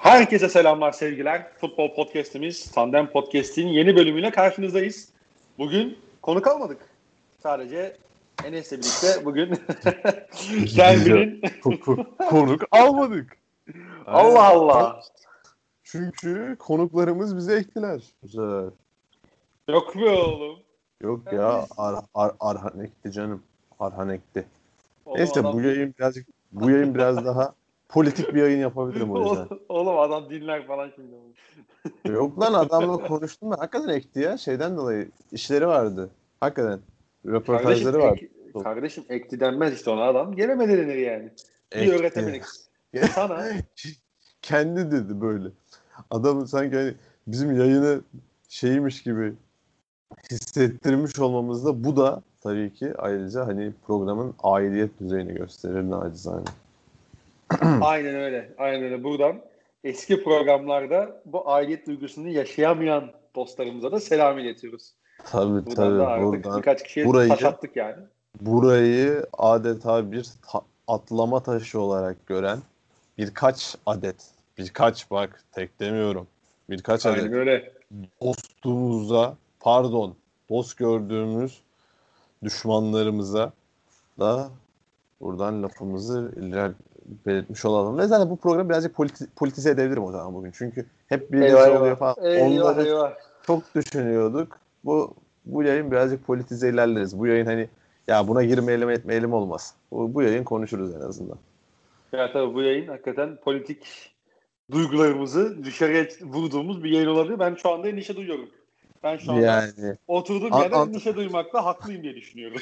Herkese selamlar, sevgiler. Futbol Podcast'imiz Tandem Podcast'in yeni bölümüyle karşınızdayız. Bugün konuk almadık. Sadece Enes'le birlikte bugün derbinin... Konuk almadık. Allah Allah. Çünkü konuklarımız bize ektiler. Güzel. Yok be oğlum. Yok ya, Arhan ekti canım. Arhan ekti. Oğlum Neyse adam... bu yayın biraz daha politik bir yayın yapabilirim o yüzden. Oğlum adam dinler falan şimdi. Yok lan, adamla konuştum ben. Hakikaten ekti ya. Şeyden dolayı işleri vardı. Hakikaten. Röportajları vardı. Kardeşim ekti denmez işte ona, adam. Gelemedi denir yani. Bir öğretemedik. Sana. Kendi dedi böyle. Adam sanki hani bizim yayını şeymiş gibi hissettirmiş olmamızda bu da tabii ki ayrıca hani programın aidiyet düzeyini gösterir nacizane. Aynen öyle. Aynen öyle. Buradan eski programlarda bu aidiyet duygusunu yaşayamayan dostlarımıza da selam iletiyoruz. Tabii Da artık birkaç kişiye taş attık yani. Burayı adeta bir atlama taşı olarak gören birkaç bak tek demiyorum. Birkaç Aynen adet öyle. dostumuza, dost gördüğümüz düşmanlarımıza da buradan lafımızı belirtmiş olalım. Ve zaten bu programı birazcık politize edebilirim o zaman bugün. Çünkü hep birisi oluyor falan. Onları çok düşünüyorduk. Bu yayın birazcık politize ilerleriz. Bu yayın hani ya buna girmeyelim etmeyelim olmaz. Bu yayın konuşuruz en azından. Ya tabii bu yayın hakikaten politik duygularımızı dışarıya vurduğumuz bir yayın olabilir. Ben şu anda endişe duyuyorum. Ben şu anda yani, oturduğum yerde endişe duymakta haklıyım diye düşünüyorum.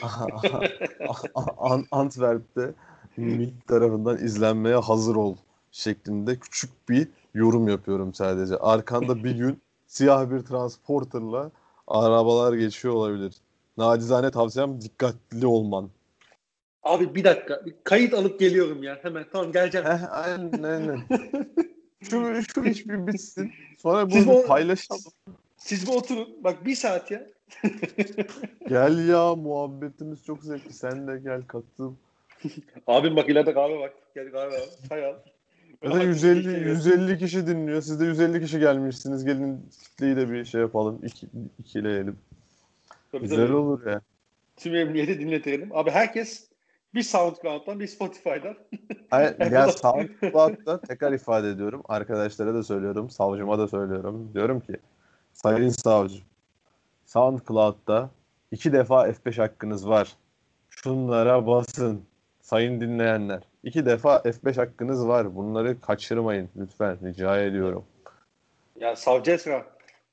Antwerp'te MİT tarafından izlenmeye hazır ol şeklinde küçük bir yorum yapıyorum sadece. Arkanda bir gün siyah bir transporterla arabalar geçiyor olabilir. Nacizane tavsiyem dikkatli olman. Abi bir dakika. Bir kayıt alıp geliyorum ya. Hemen tamam geleceğim. Aynen. Şu iş bir bitsin. Sonra bunu paylaşalım. Siz bir oturun. Bak bir saat ya. Gel ya, muhabbetimiz çok zevkli. Sen de gel katıl. Abim bak ileride kahve bak. Gel kahve al. Çay al. Ya da 150 kişi dinliyor. Siz de 150 kişi gelmişsiniz. Gelin kitleyi de bir şey yapalım. İkileyelim. Güzel olur ya. Tüm emniyeti dinletelim. Abi herkes bir SoundCloud'dan bir Spotify'dan. Ya SoundCloud'da tekrar ifade ediyorum. Arkadaşlara da söylüyorum. Savcıma da söylüyorum. Diyorum ki sayın savcı, SoundCloud'da 2 defa F5 hakkınız var. Şunlara basın. Sayın dinleyenler. 2 defa F5 hakkınız var. Bunları kaçırmayın lütfen. Rica ediyorum. Ya savcı Esra.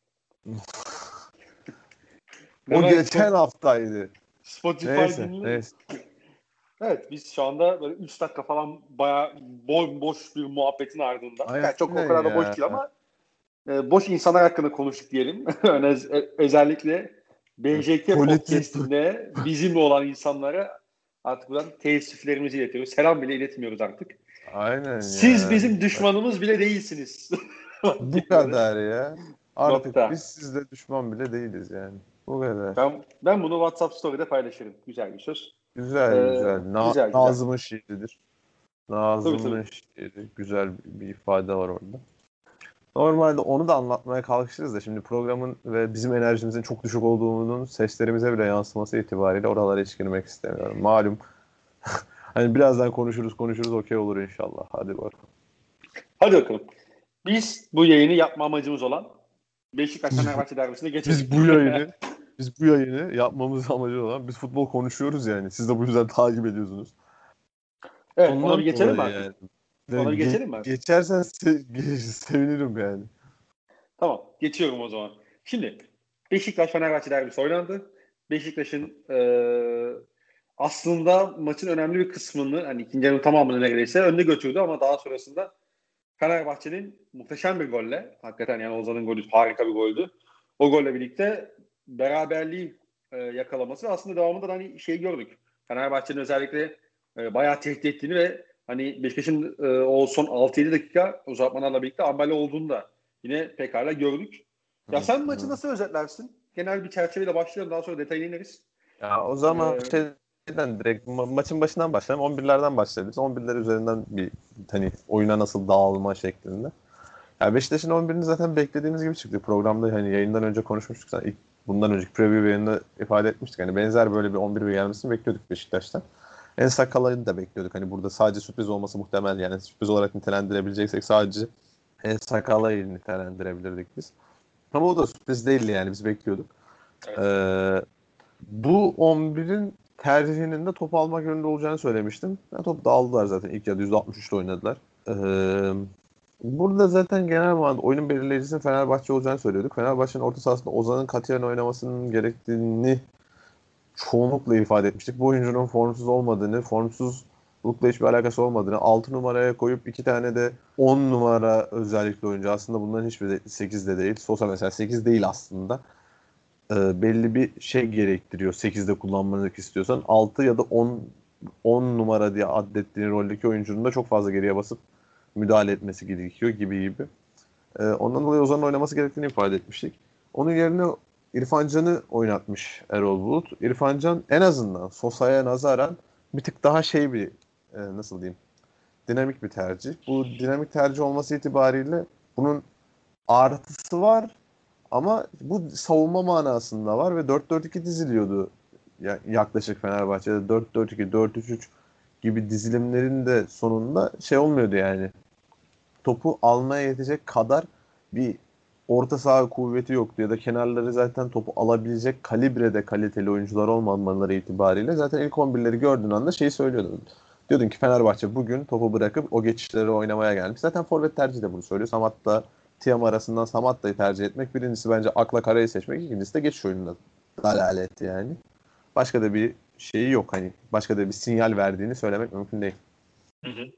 O geçen haftaydı. Spotify Neyse. Evet, biz şu anda böyle 3 dakika falan bayağı boş bir muhabbetin ardından. Yani çok o kadar da boş değil ama boş insanlar hakkında konuştuk diyelim. Özellikle BJK Podcast'inde bizimle olan insanlara artık buradan teessüflerimizi iletiyoruz. Selam bile iletmiyoruz artık. Aynen. Siz bizim düşmanımız bile değilsiniz. Bu kadar ya. Artık biz sizle düşman bile değiliz yani. Bu kadar. Ben bunu WhatsApp Story'de paylaşırım. Güzel bir söz. Güzel. Güzel. Nazım'ın şiiridir. Nazım'ın şiiri. Güzel bir ifade var orada. Normalde onu da anlatmaya kalkışırız da şimdi programın ve bizim enerjimizin çok düşük olduğunun seslerimize bile yansıması itibariyle oralara hiç girmek istemiyorum. Malum. Hani birazdan konuşuruz okey olur inşallah. Hadi bakalım. Biz bu yayını yapma amacımız olan Beşiktaş-Fenerbahçe derbisine geçelim. Biz bu yayını yapmamız amacı olan biz futbol konuşuyoruz yani. Siz de bu yüzden takip ediyorsunuz. Evet, ona bir geçelim mi artık? Yani. Ona bir geçelim mi artık? Geçersen sevinirim yani. Tamam, geçiyorum o zaman. Şimdi Beşiktaş-Fenerbahçe derbisi oynandı. Beşiktaş'ın aslında maçın önemli bir kısmını, hani ikinci yarının tamamını neredeyse önüne götürdü ama daha sonrasında Fenerbahçe'nin muhteşem bir golle, hakikaten yani Ozan'ın golü harika bir goldü. O golle birlikte beraberliği yakalaması ve aslında devamında da hani gördük. Fenerbahçe'nin özellikle bayağı tehdit ettiğini ve hani Beşiktaş'ın o son 6-7 dakika uzatmalarla birlikte amele olduğunu da yine pekala gördük. Ya sen maçı nasıl özetlersin? Genel bir çerçeveyle başlayalım, daha sonra detayına ineriz. Ya o zaman direkt maçın başından başlayalım. 11'lerden başlayabiliriz. 11'ler üzerinden bir hani oyuna nasıl dağılma şeklinde. Ya Beşiktaş'ın 11'ini zaten beklediğimiz gibi çıktı. Programda hani yayından önce konuşmuştuk. Sen ilk bundan önceki preview yayında ifade etmiştik. Hani benzer böyle bir 11 gelmesini bekliyorduk Beşiktaş'tan. En Sakala'yı da bekliyorduk. Hani burada sadece sürpriz olması muhtemel. Yani sürpriz olarak nitelendirebileceksek sadece En Sakala'yı nitelendirebilirdik biz. Ama o da sürpriz değildi yani biz bekliyorduk. Evet. Bu 11'in tercihinin de top almak yönünde olacağını söylemiştim. Yani topu da aldılar zaten. İlk yarıda %63'le oynadılar. Burada zaten genel manada oyunun belirleyicisinin Fenerbahçe olacağını söylüyorduk. Fenerbahçe'nin orta sahasında Ozan'ın katiyen oynamasının gerektiğini çoğunlukla ifade etmiştik. Bu oyuncunun formsuz olmadığını, formsuzlukla hiçbir alakası olmadığını, 6 numaraya koyup 2 tane de 10 numara özellikle oyuncu. Aslında bunların hiçbiri 8'de değil. Sosa mesela 8 değil aslında. Belli bir şey gerektiriyor 8'de kullanmak istiyorsan. 6 ya da 10 numara diye adettiğin roldeki oyuncunun da çok fazla geriye basıp müdahale etmesi gerekiyor gibi. Ondan dolayı Ozan'ın oynaması gerektiğini ifade etmiştik. Onun yerine İrfan Can'ı oynatmış Erol Bulut. İrfan Can en azından Sosa'ya nazaran bir tık daha nasıl diyeyim, dinamik bir tercih. Bu dinamik tercih olması itibariyle bunun artısı var ama bu savunma manasında var ve 4-4-2 diziliyordu yaklaşık Fenerbahçe'de 4-4-2, 4-3-3 gibi dizilimlerin de sonunda şey olmuyordu yani. Topu almaya yetecek kadar bir orta saha kuvveti yoktu ya da kenarları zaten topu alabilecek kalibrede kaliteli oyuncular olmamaları itibariyle zaten ilk 11'leri gördüğün anda şeyi söylüyordun. Diyordun ki Fenerbahçe bugün topu bırakıp o geçişleri oynamaya gelmiş. Zaten forvet tercihi de bunu söylüyor. Samatta, Tiam arasından Samatta'yı tercih etmek. Birincisi bence akla karayı seçmek. İkincisi de geçiş oyununa dalalet yani. Başka da bir şeyi yok. Hani başka da bir sinyal verdiğini söylemek mümkün değil. Hı hı.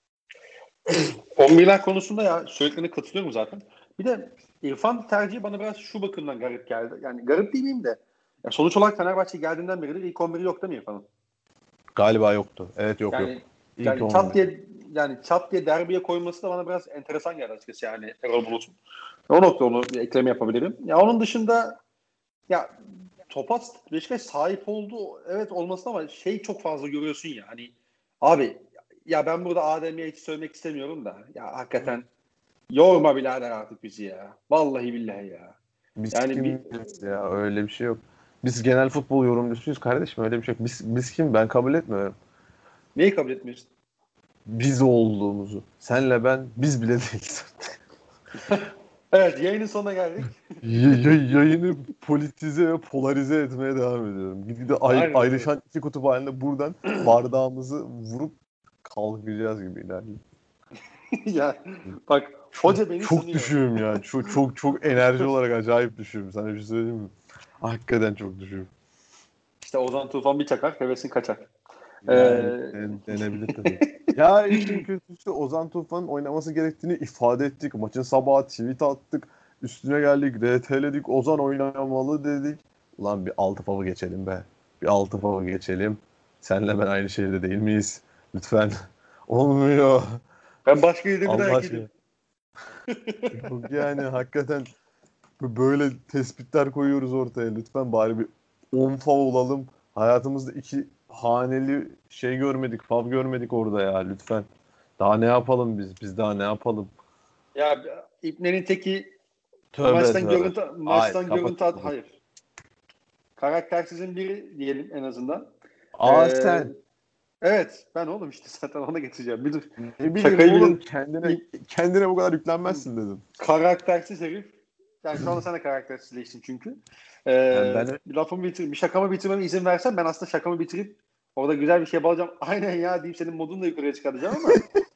11'ler konusunda ya söylediklerine katılıyorum zaten. Bir de İrfan tercihi bana biraz şu bakımdan garip geldi. Yani garip değil miyim de. Ya sonuç olarak Fenerbahçe geldiğinden beridir ilk 11'i yok değil mi İrfan'ın? Galiba yoktu. Evet, yok. Yani İlk yani 11. çat diye derbiye koyması da bana biraz enteresan geldi açıkçası yani Erol Bulut'un. O nokta onu bir ekleme yapabilirim. Ya onun dışında ya topa Beşiktaş sahip oldu evet olmasın ama şey çok fazla görüyorsun ya hani abi ya ben burada Adem'e hiç söylemek istemiyorum da ya hakikaten yorma birader artık bizi ya. Vallahi billahi ya. Biz Yani bir kimiz ya, öyle bir şey yok. Biz genel futbol yorumcusuyuz kardeşim, öyle bir şey yok. Biz kim, ben kabul etmiyorum. neyi kabul etmiyorsun? Biz olduğumuzu. Senle ben biz bile değiliz. Evet yayının sonuna geldik. Yayını politize ve polarize etmeye devam ediyorum. Gitgide Aynen öyle. ayrışan iki kutup halinde buradan bardağımızı vurup kalkacağız gibi ilerliyor. Ya bak hoca beni Çok sınıyor. düşüğüm ya. Çok enerji olarak acayip düşüğüm. Sana bir şey söyleyeyim mi? Hakikaten çok düşüğüm. İşte Ozan Tufan bir çakar, hevesin kaçar. Yani Ee, denebilir tabii. Ya işin kötüsü Ozan Tufan'ın oynaması gerektiğini ifade ettik. Maçın sabahı tweet attık. Üstüne geldik, RT'ledik. Ozan oynamalı dedik. Ulan bir altı favı geçelim be. Bir altı favı geçelim. Senle ben aynı şehirde değil miyiz? Lütfen. Olmuyor. Ben başka yerde bir daha Allah hak aşkına. edeyim. Yok yani hakikaten böyle tespitler koyuyoruz ortaya. Lütfen bari bir 10 fav olalım. Hayatımızda 2 haneli şey görmedik, fav görmedik orada ya, lütfen. Daha ne yapalım biz? Biz daha ne yapalım? Ya İbne'nin teki Tövbe tövbe. Hayır, maçtan kapat. görüntü hayır. Karaktersizin biri diyelim en azından. Aa, Ee, sen evet ben oğlum işte zaten ona getireceğim. Bir dur. ne bileyim Şakayı oğlum, bile kendine bu kadar yüklenmezsin dedim. karaktersiz herif. Yani şu anda sen de karaktersizleştin çünkü. Yani ben Bir şakamı bitirmeme izin versen ben aslında şakamı bitirip orada güzel bir şey bağlayacağım. Aynen ya deyip senin modunu da yukarıya çıkartacağım ama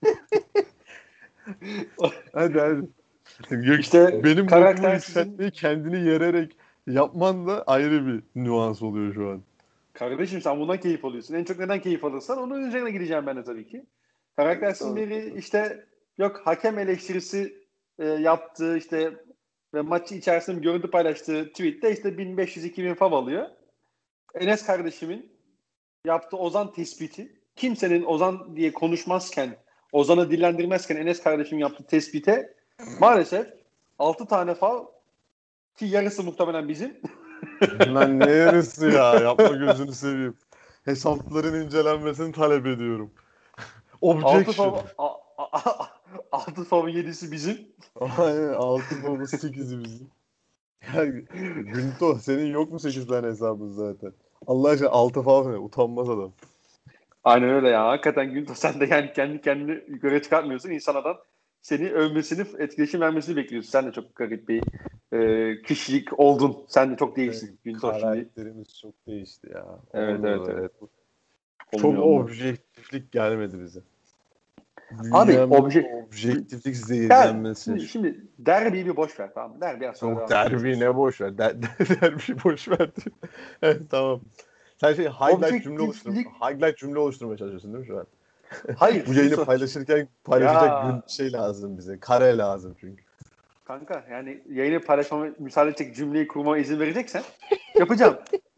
hadi. Yok, işte benim modumu karaktersizin yükseltmeyi kendini yererek yapman da ayrı bir nüans oluyor şu an. kardeşim sen bundan keyif alıyorsun. En çok neden keyif alırsan onun üzerine gideceğim ben de tabii ki. Karaktersizin Doğru. biri işte yok hakem eleştirisi yaptığı işte ve maçı içerisinde bir görüntü paylaştığı tweette işte 1500-2000 fav alıyor. Enes kardeşimin yaptığı Ozan tespiti kimsenin Ozan diye konuşmazken Ozan'ı dillendirmezken Enes kardeşim yaptığı tespite maalesef 6 tane fav ki yarısı muhtemelen bizim. Lan ne yarısı ya? Yapma gözünü seveyim. Hesapların incelenmesini talep ediyorum. 6 Objection. fav 6 favı 7'si bizim. Aynen 6 favı 8'i bizim. Ya Günto senin yok mu 8 tane hesabın zaten? Allah aşkına 6 fav ne? Utanmaz adam. Aynen öyle ya. Hakikaten Günto sen de yani kendi kendini yukarıya çıkartmıyorsun. İnsan seni övmesini, etkileşim vermesini bekliyorsun. Sen de çok garip bir kişilik oldun. Sen de çok değiştin Günto şimdi. Karakterimiz çok değişti ya. Evet, Olmuyor evet. böyle. Çok Olmuyor. objektiflik gelmedi bize. Abi Objektiflik yani, zehirlenmesi. şimdi derbiyi bir boş ver, tamam mı? Derbi sonra Yok devam edeceğiz. derbi ne boş ver. Derbi boş ver. Evet, tamam. Sen Objektiflik highlight cümle oluşturmaya çalışıyorsun değil mi şu an? hayır. Bu yayını paylaşırken paylaşacak Ya şey lazım bize. Kare lazım çünkü. kanka yani yayını paylaşmama müsaade edecek cümleyi kurmama izin vereceksen yapacağım.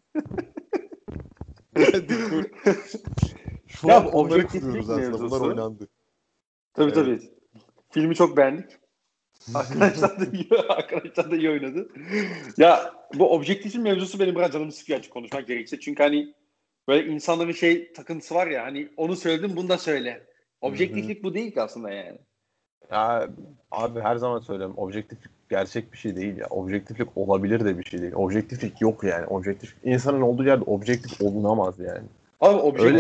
Hadi kur. Şu Ya an onları objektiflik kuruyoruz aslında. Bunlar mevzusu. oynandı. Tabii. Filmi çok beğendik. Arkadaşlar da iyi oynadı. Ya bu objektifin mevzusu benim biraz canımı sıkıyor açık konuşmak gerekirse. Çünkü hani böyle insanların takıntısı var ya, hani onu söyledim bunu da söyle. Objektiflik bu değil ki aslında yani. Ya abi her zaman söylüyorum. Objektiflik gerçek bir şey değil ya. Objektiflik olabilir de bir şey değil. Objektiflik yok yani. İnsanın olduğu yerde objektif olunamaz yani. Abi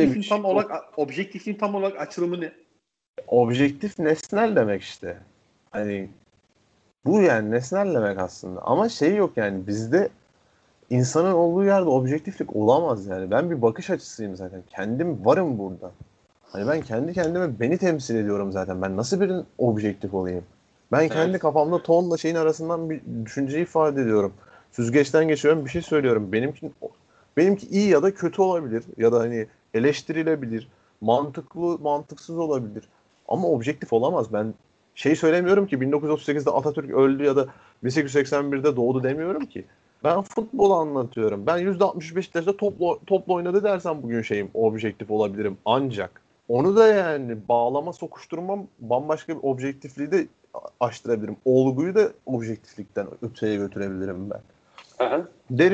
objektifin tam olarak açılımı ne? Objektif nesnel demek işte. Hani bu yani nesnel demek aslında. Ama şey yok yani bizde insanın olduğu yerde objektiflik olamaz yani. Ben bir bakış açısıyım zaten. Kendim varım burada. Hani ben kendi kendime beni temsil ediyorum zaten. Ben nasıl birinin objektif olayım? Ben kendi kafamda tonla şeyin arasından bir düşünceyi ifade ediyorum. Süzgeçten geçiyorum, bir şey söylüyorum. Benimki iyi ya da kötü olabilir ya da hani eleştirilebilir, mantıklı, mantıksız olabilir. Ama objektif olamaz. Ben söylemiyorum ki 1938'de Atatürk öldü ya da 1881'de doğdu demiyorum ki. Ben futbol anlatıyorum. Ben %65 Beşiktaş'ta topla oynadı dersem bugün objektif olabilirim ancak. Onu da yani bağlama sokuşturmam bambaşka bir objektifliği de aştırabilirim. Olguyu da objektiflikten öteye götürebilirim ben. Aha.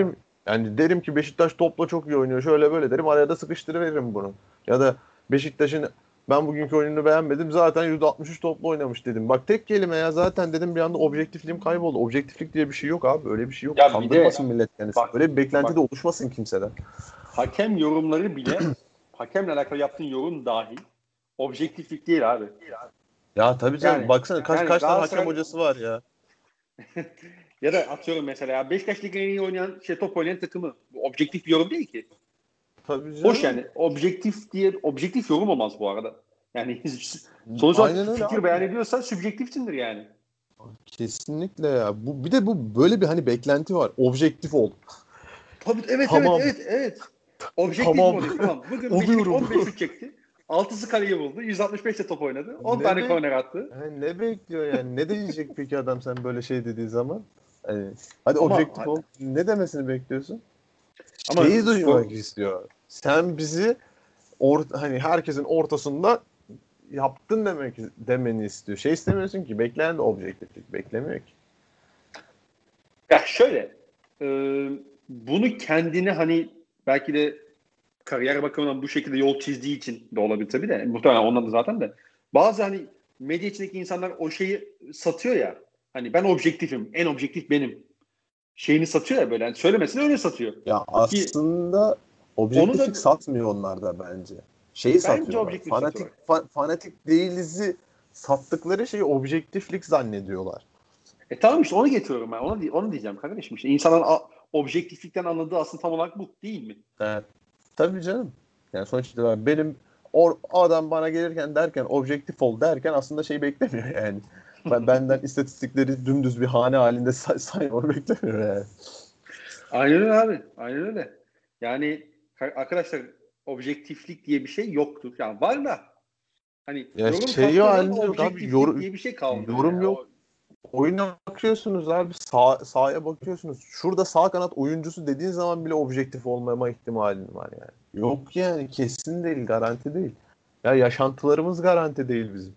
Derim ki Beşiktaş topla çok iyi oynuyor. Şöyle böyle derim. Araya da sıkıştırıveririm bunu. Ya da Beşiktaş'ın ben bugünkü oyununu beğenmedim. Zaten %63 topla oynamış dedim. Bak tek kelime ya zaten dedim bir anda objektifliğim kayboldu. Objektiflik diye bir şey yok abi. Öyle bir şey yok. Ya Kandırmasın millet kendisi. bak, Öyle bir beklenti de oluşmasın kimseden. Hakem yorumları bile hakemle alakalı yaptığın yorum dahi objektiflik değil abi. Ya tabii canım. Baksana kaç tane hakem hocası var ya. Ya da atıyorum mesela ya Beşiktaş Ligi'nin en iyi oynayan top oynayan takımı. Bu objektif bir yorum değil ki. Tabii canım. Hoş yani objektif yorum olmaz bu arada. Yani sonuç olarak fikir beyan ediyorsan sübjektifsindir yani. Kesinlikle ya. Bir de böyle bir hani beklenti var. Objektif ol. Tabii evet tamam. evet. Objektif tamam. oluyor tamam. Bugün Beşiktaş 15 şut çekti. 6'sı kaleye buldu. 165'te top oynadı. 10 tane korner attı. Ne bekliyor yani? Ne diyecek peki adam sen böyle dediği zaman? Hadi objektif ol. Ne demesini bekliyorsun? Şeyi duymak istiyor. Sen bizi hani herkesin ortasında yaptın demeni istiyor. İstemiyorsun ki. Bekleyen de objektiflik. Beklemiyor ki. Ya şöyle bunu kendine hani belki de kariyer bakımından bu şekilde yol çizdiği için de olabilir tabii de. Muhtemelen ondan da zaten de. Bazı hani medya içindeki insanlar o şeyi satıyor ya. Hani ben objektifim. En objektif benim. Şeyini satıyor ya böyle. Yani söylemesini öyle satıyor. Ya aslında objektiflik satmıyor onlar da bence. Satıyorlar. Fanatik değiliz'i sattıkları şeyi objektiflik zannediyorlar. Tamam işte onu getiriyorum ben. Onu diyeceğim kardeşim işte. İnsanların objektiflikten anladığı aslında tam olarak bu değil mi? Evet. Tabii canım. Yani sonuçta benim adam bana gelirken derken objektif ol derken aslında beklemiyor yani. Benden istatistikleri dümdüz bir hane halinde saymamı beklemiyor yani. Aynen öyle abi. Aynen öyle. Yani arkadaşlar objektiflik diye bir şey yoktur. Yani var da hani yorum katmadan objektiflik diye bir şey kalmıyor. Yorum yani. Yok. Oyuna bakıyorsunuz abi. Sahaya bakıyorsunuz. Şurada sağ kanat oyuncusu dediğin zaman bile objektif olmama ihtimalin var yani. Yok yani kesin değil, garanti değil. Ya yaşantılarımız garanti değil bizim.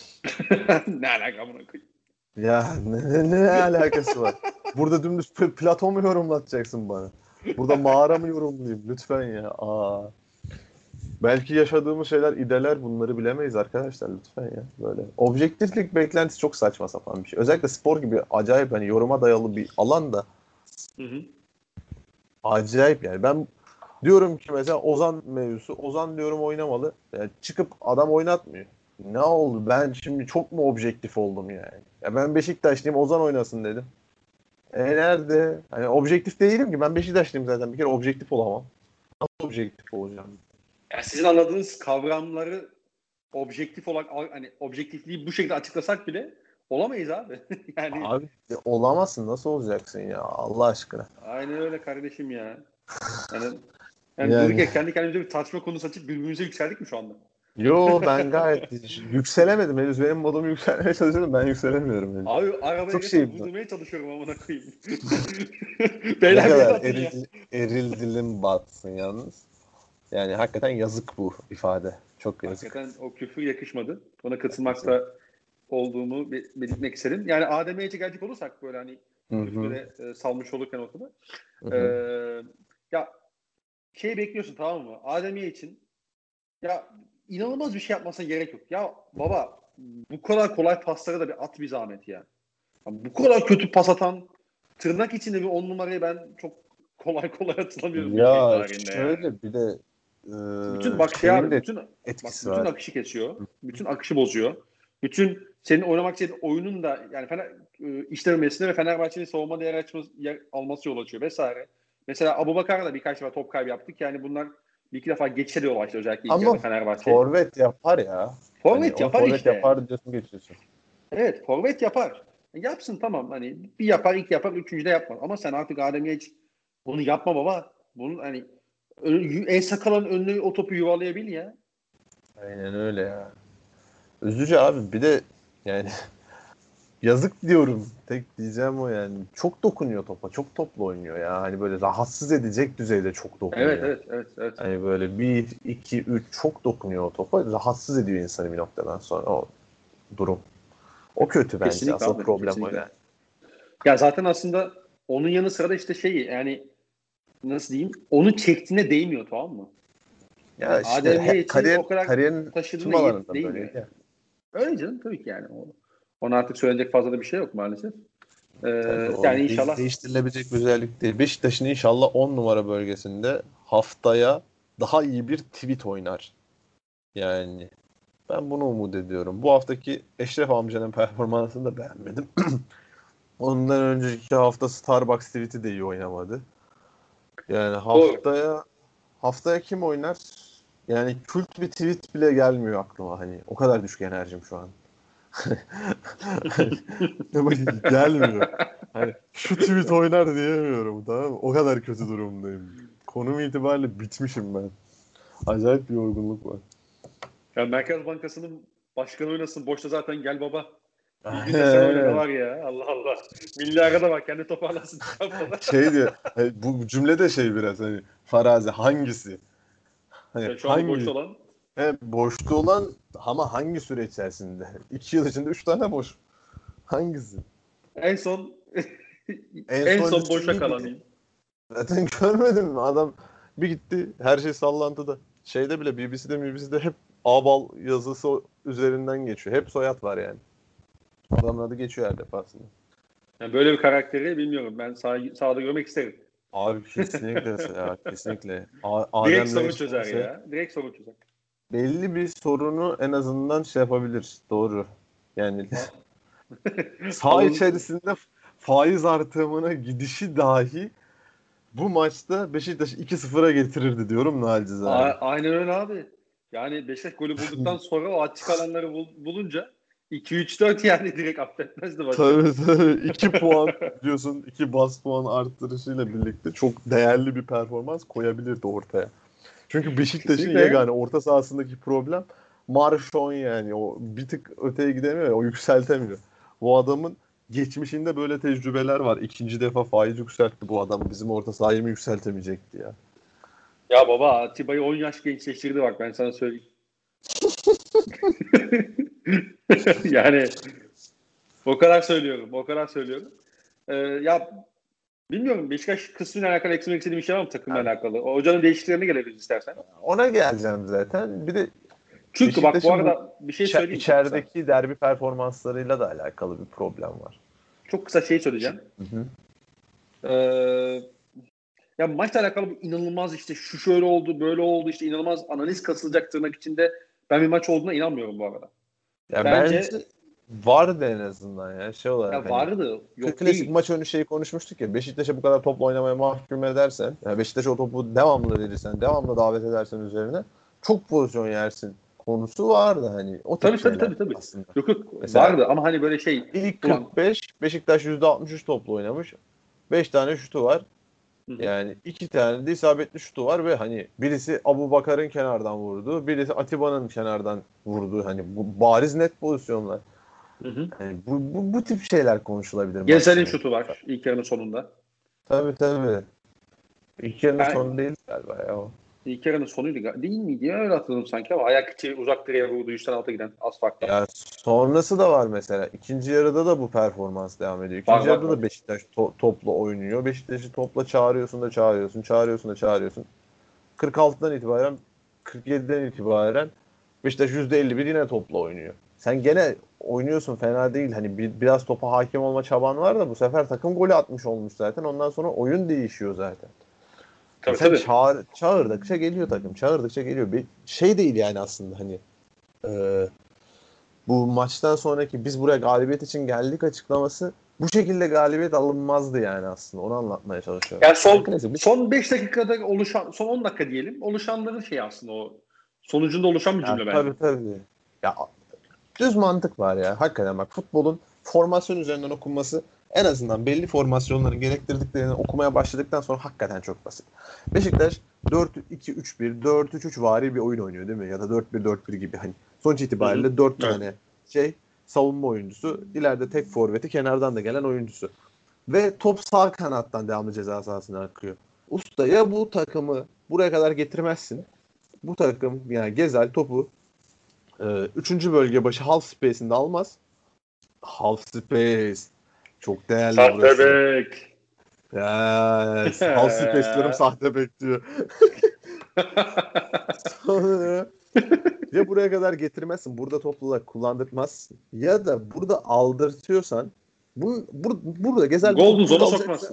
Ne alaka buna koyayım? Ya ne alakası var? Burada dümdüz Platon mu yorumlatacaksın bana? Burada mağara mı yorumlayayım? Lütfen ya. Belki yaşadığımız şeyler, idealer, bunları bilemeyiz arkadaşlar, lütfen ya. Böyle objektiflik beklentisi çok saçma sapan bir şey. Özellikle spor gibi acayip hani yoruma dayalı bir alanda Hı hı. acayip yani. Ben diyorum ki mesela Ozan mevzusu. Ozan diyorum oynamalı. Yani çıkıp adam oynatmıyor. Ne oldu? Ben şimdi çok mu objektif oldum yani? Ya ben Beşiktaşlıyım, Ozan oynasın dedim. Nerede? Hani objektif değilim ki. Ben Beşiktaşlıyım zaten. Bir kere objektif olamam. Nasıl objektif olacağım? Yani sizin anladığınız kavramları objektif olarak hani objektifliği bu şekilde açıklasak bile olamayız abi. Yani Abi olamazsın. Nasıl olacaksın ya? Allah aşkına. aynen öyle kardeşim ya. Yani durduk Yani yere kendi kendimize bir tartışma konusu açıp birbirimize yükseldik mi şu anda? yo, ben gayet yükselemedim henüz. Benim modum yükselmeye çalışıyorum. Ben yükselemiyorum henüz. Abi arabaya Çok resmen şeyim var. vurdurmaya çalışıyorum amına koyayım. Ne Beyler bir kadar atın ya. eril dilim batsın yalnız. Yani hakikaten yazık bu ifade. Çok yazık. Hakikaten o küfür yakışmadı. Ona katılmakta olduğumu belirtmek istedim. Yani Adem'e gelecek olursak böyle hani Hı hı. küfürü de salmış olurken ortada. Hı Ee, hı. ya bekliyorsun tamam mı? Adem'e için ya inanılmaz bir şey yapmasına gerek yok. Ya baba bu kadar kolay pasları da bir at bir zahmet ya. Ya bu kadar kötü pas atan tırnak içinde bir 10 numarayı ben çok kolay kolay hatırlamıyorum NBA Ya tarihinde ya. şöyle bir de Bütün bak şey şeyin abi de bütün etkisi var. akışı kesiyor. Bütün akışı bozuyor. Bütün senin oynamak istediğin oyunun da yani işlememesine ve Fenerbahçe'nin savunma yer alması yol açıyor vesaire. Mesela Abubakar'la da birkaç defa top kaybı yaptık. Yani bunlar bir iki defa geçse de yol açtı özellikle ilk yarıda Ama Fenerbahçe'yi. forvet yapar ya. Hani Forvet onu yapar forvet işte. yapar diyorsun, geçiyorsun. Evet, forvet yapar. Yapsın tamam hani bir yapar, iki yapar, üçüncü de yapmaz. Ama sen artık Adem'e hiç bunu yapma baba. Bunun hani en sakalın önüne o topu yuvalayabil ya. Aynen öyle ya. Üzücü abi. Bir de yani yazık diyorum. Tek diyeceğim o yani. Çok dokunuyor topa. Çok toplu oynuyor ya. Hani böyle rahatsız edecek düzeyde çok Evet, dokunuyor. evet, evet, evet. Hani böyle 1, 2, 3 çok dokunuyor o topa. Rahatsız ediyor insanı bir noktadan sonra o durum. O kötü bence. Kesinlikle Asıl abi, problem o kesinlikle. yani. Ya zaten aslında onun yanı sıra da işte yani nasıl diyeyim? Onu çektiğine değmiyor tamam mı? Yani Ya işte Adem Laiç'i o kadar kariyerin tüm taşıdığına alanında değmiyor böyleydi yani. ya. Öyle canım tabii ki yani. Ona artık söylenecek fazla da bir şey yok maalesef. Tabii o Yani inşallah değiştirilebilecek bir özellik değil. Beşiktaş'ın inşallah 10 numara bölgesinde haftaya daha iyi bir tweet oynar. Yani ben bunu umut ediyorum. Bu haftaki Eşref amcanın performansını da beğenmedim. Ondan önceki hafta Starbucks tweet'i de iyi oynamadı. Yani doğru. haftaya kim oynar? Yani kült bir tweet bile gelmiyor aklıma, hani o kadar düşük enerjim şu an. Gelmiyor. Hani şu tweet oynar diyemiyorum, tamam mı? O kadar kötü durumdayım. Konum itibariyle bitmişim ben. Acayip bir yorgunluk var. Ya Merkez Bankası'nın başkanı oynasın. Boşta zaten gel baba. Bir gün de sen oyna ne Aynen. var ya. Allah Allah. Milli arada bak kendi toparlasın haftada. Şey diyor. Bu cümle de şey biraz hani farazi, hangisi? Hani Şu anda boşta hangi? olan Boşta olan ama hangi süre içerisinde? 2 yıl içinde 3 tane boş. Hangisi? en son En en son son boşa listeyi kalan diyeyim. zaten görmedin mi? Adam bir gitti. Her şey sallantıda. Şeyde bile BBC'de hep Abal yazısı üzerinden geçiyor. Hep soyad var yani. Adamın adı geçiyor her defasında. Yani böyle bir karakteri bilmiyorum. Ben sahada görmek isterim. Abi kesinlikle ya, kesinlikle. Direkt Adem sorun Laiç çözer gelse ya. Direkt sorun çözer. belli bir sorunu en azından şey yapabilir. Doğru. Yani Ha. saha Alın içerisinde faiz artımına gidişi dahi bu maçta Beşiktaş'ı 2-0'a getirirdi diyorum nacizane. Aynen öyle abi. Yani Beşiktaş golü bulduktan sonra o açık alanları bulunca 2-3-4 yani direkt affetmezdi maçı. Tabii tabii. 2 puan diyorsun. 2 bas puan arttırışıyla birlikte çok değerli bir performans koyabilirdi ortaya. Çünkü Beşiktaş'ın Kesinlikle ya. yegane orta sahasındaki problem Marşon yani. O bir tık öteye gidemiyor ya, o yükseltemiyor. Bu adamın geçmişinde böyle tecrübeler var. İkinci defa faiz yükseltti bu adam. Bizim orta sahayı mı yükseltemeyecekti ya? Ya baba Atiba'yı 10 yaş gençleştirdi bak ben sana söyleyeyim. Yani o kadar söylüyorum. O kadar söylüyorum. Ya Bilmiyorum. Beşiktaş kısmıyla alakalı eklemek istediğim bir şey var mı takımla alakalı? O hocanın değişikliklerine gelebiliriz istersen. Ona geleceğim zaten. Bir de Çünkü bak bu Beşiktaş'ın bu arada bir şey söyleyeyim çok kısa. içerideki derbi performanslarıyla da alakalı bir problem var. Çok kısa şey söyleyeceğim. Hı. Ee, ya maçla alakalı bir inanılmaz işte şu şöyle oldu böyle oldu işte inanılmaz analiz kasılacak tırnak içinde ben bir maç olduğuna inanmıyorum bu arada. Ya Bence bence vardı en azından ya şey olarak ya hani vardı yok klasik değil. maç önü şeyi konuşmuştuk ya Beşiktaş'a bu kadar topla oynamaya mahkum edersen yani Beşiktaş'a o topu devamlı verirsen devamlı davet edersen üzerine çok pozisyon yersin konusu vardı hani o tip şeyler Tabii. aslında. Yok Mesela vardı ama hani böyle şey ilk ulan 45 Beşiktaş %63 topla oynamış. 5 tane şutu var. hı. Yani 2 tane de isabetli şutu var ve hani birisi Abubakar'ın kenardan vurdu, birisi Atiba'nın kenardan vurdu. Hani bu bariz net pozisyonlar. Hı. Yani bu tip şeyler konuşulabilir maç Gezel'in içinde. şutu var ilk yarının sonunda. Tabii. İlk yarının Yani sonu değil galiba ya o. ilk yarının sonuydu değil miydi ya öyle hatırladım sanki ama ayak içi uzak direğe vurdu 3'ten 6 giden az farkla. Ya sonrası da var mesela. İkinci yarıda da bu performans devam ediyor. Var İkinci var yarıda var. da Beşiktaş topla oynuyor. Beşiktaş'ı topla çağırıyorsun. 46'dan itibaren 47'den itibaren Beşiktaş %51 yine topla oynuyor. Sen gene oynuyorsun fena değil. Hani biraz topa hakim olma çaban var da bu sefer takım golü atmış olmuş zaten. Ondan sonra oyun değişiyor zaten. Hani sen Tabii. çağırdıkça geliyor takım. Çağırdıkça geliyor. Bir şey değil yani aslında hani e, bu maçtan sonraki biz buraya galibiyet için geldik açıklaması bu şekilde galibiyet alınmazdı yani aslında. Onu anlatmaya çalışıyorum. Yani Yani klasik bir son 5 dakikada oluşan son 10 dakika diyelim oluşanların şey aslında o sonucunda oluşan bir ya, cümle bence. tabii. Ya düz mantık var ya. Hakikaten bak futbolun formasyon üzerinden okunması en azından belli formasyonların gerektirdiklerini okumaya başladıktan sonra hakikaten çok basit. Beşiktaş 4-2-3-1, 4-3-3 vari bir oyun oynuyor değil mi? Ya da 4-1-4-1 gibi hani sonuç Hı hı. itibariyle 4 Evet. tane savunma oyuncusu, ileride tek forveti, kenardan da gelen oyuncusu. Ve top sağ kanattan devamlı ceza sahasına akıyor. Usta ya bu takımı buraya kadar getirmezsin. Bu takım yani Gezel topu 3. bölge başı half space'inde almaz. Half space. Çok değerli Sahte burası. bek. Yes. Half space diyorum sahte bekliyor. Sonra ya buraya kadar getirmezsin. Burada topluluğa kullandırmazsın. Ya da burada aldırtıyorsan burada Gezel bu Golden topu burada zone'a alacaksa sokmazsın.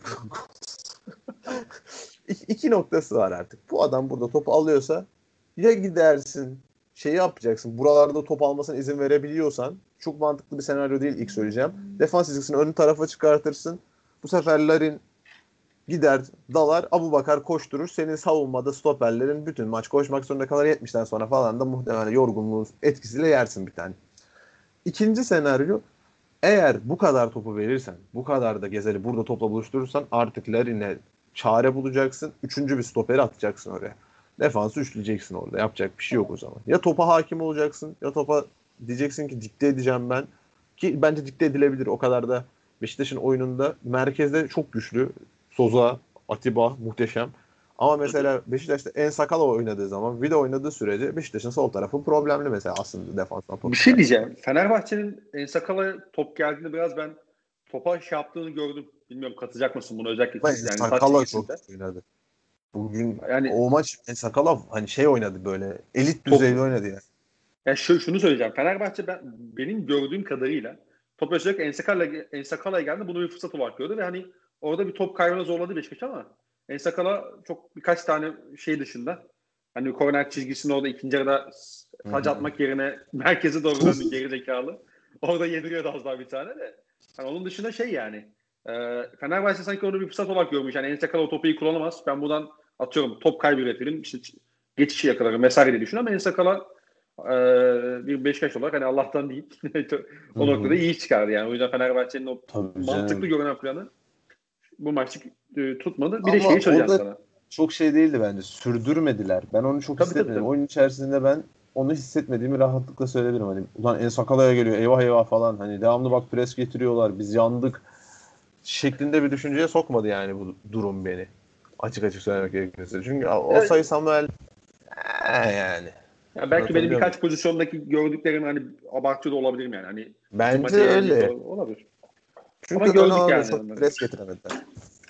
iki noktası var artık. Bu adam burada topu alıyorsa ya gidersin şeyi yapacaksın. Buralarda top almasına izin verebiliyorsan çok mantıklı bir senaryo değil ilk söyleyeceğim. Defans çizgisini ön tarafa çıkartırsın. Bu sefer Larin gider dalar Abubakar koşturur. Senin savunmada stoperlerin bütün maç koşmak zorunda kalır 70'ten sonra falan da muhtemelen yorgunluğun etkisiyle yersin bir tane. İkinci senaryo eğer bu kadar topu verirsen, bu kadar da Gezeli burada topla buluşturursan artık Larin'e çare bulacaksın. Üçüncü bir stoperi atacaksın oraya. Defansı üçleyeceksin orada. Yapacak bir şey yok o zaman. Ya topa hakim olacaksın ya topa diyeceksin ki dikte edeceğim ben. Ki bence dikte edilebilir. O kadar da Beşiktaş'ın oyununda merkezde çok güçlü. Soza, Atiba muhteşem. Ama mesela Beşiktaş'ta En Sakala oynadığı zaman, Vida oynadığı sürece Beşiktaş'ın sol tarafı problemli mesela aslında defanstan top Bir şey çıkartırken. diyeceğim. Fenerbahçe'nin Ensakala'ya top geldiğinde biraz ben topa şey yaptığını gördüm. Bilmiyorum katacak mısın buna özellikle Ama yani taç Sakala çok çizgisinde. oynadı. Bugün Yani o maç Sakala hani şey oynadı böyle elit top düzeyde oynadı ya. yani şunu söyleyeceğim. Fenerbahçe benim gördüğüm kadarıyla top özellikle Ensakala'ya geldi. Bunu bir fırsat olarak gördü ve hani orada bir top kaybına zorladı Beşiktaş ama Ensakala çok birkaç tane şey dışında hani korner çizgisini orada ikinci yarıda Hı taç hı. atmak yerine merkeze doğru döndü geri zekalı. Orada yediriyordu az daha bir tane de. Yani onun dışında şey yani Fenerbahçe sanki onu bir fırsat olarak görmüş. Yani Ensakala o topu iyi kullanamaz. Ben buradan atıyorum top kaybı üretirim. İşte geçişi yakalarım vesaire diye düşünüyorum ama Ensakala bir Beşiktaş olarak hani Allah'tan değil. Hı O noktada hı. iyi iş çıkardı yani. O yüzden Fenerbahçe'nin o Tabii mantıklı canım. görünen planı bu maçı tutmadı. Bir de Ama şeyi söyleyeceğim orada sana. çok şey değildi bence. Sürdürmediler. Ben onu çok hissetmedim. Tabii. Oyun içerisinde ben onu hissetmediğimi rahatlıkla söyleyebilirim. Hani ulan En Sakala'ya geliyor eyvah falan. Hani devamlı bak pres getiriyorlar. Biz yandık şeklinde bir düşünceye sokmadı yani bu durum beni. Açık söylemek gerekirse. Çünkü o Ya, sayı Samuel yani. ya belki benim Anlatabiliyor muyum? birkaç pozisyondaki gördüklerim hani abartıyor da olabilirim yani. Hani Bence matematiğe eğilmiş öyle. olabilir. Ama Çünkü ön gördük alanda yani çok onları. pres getiremediler.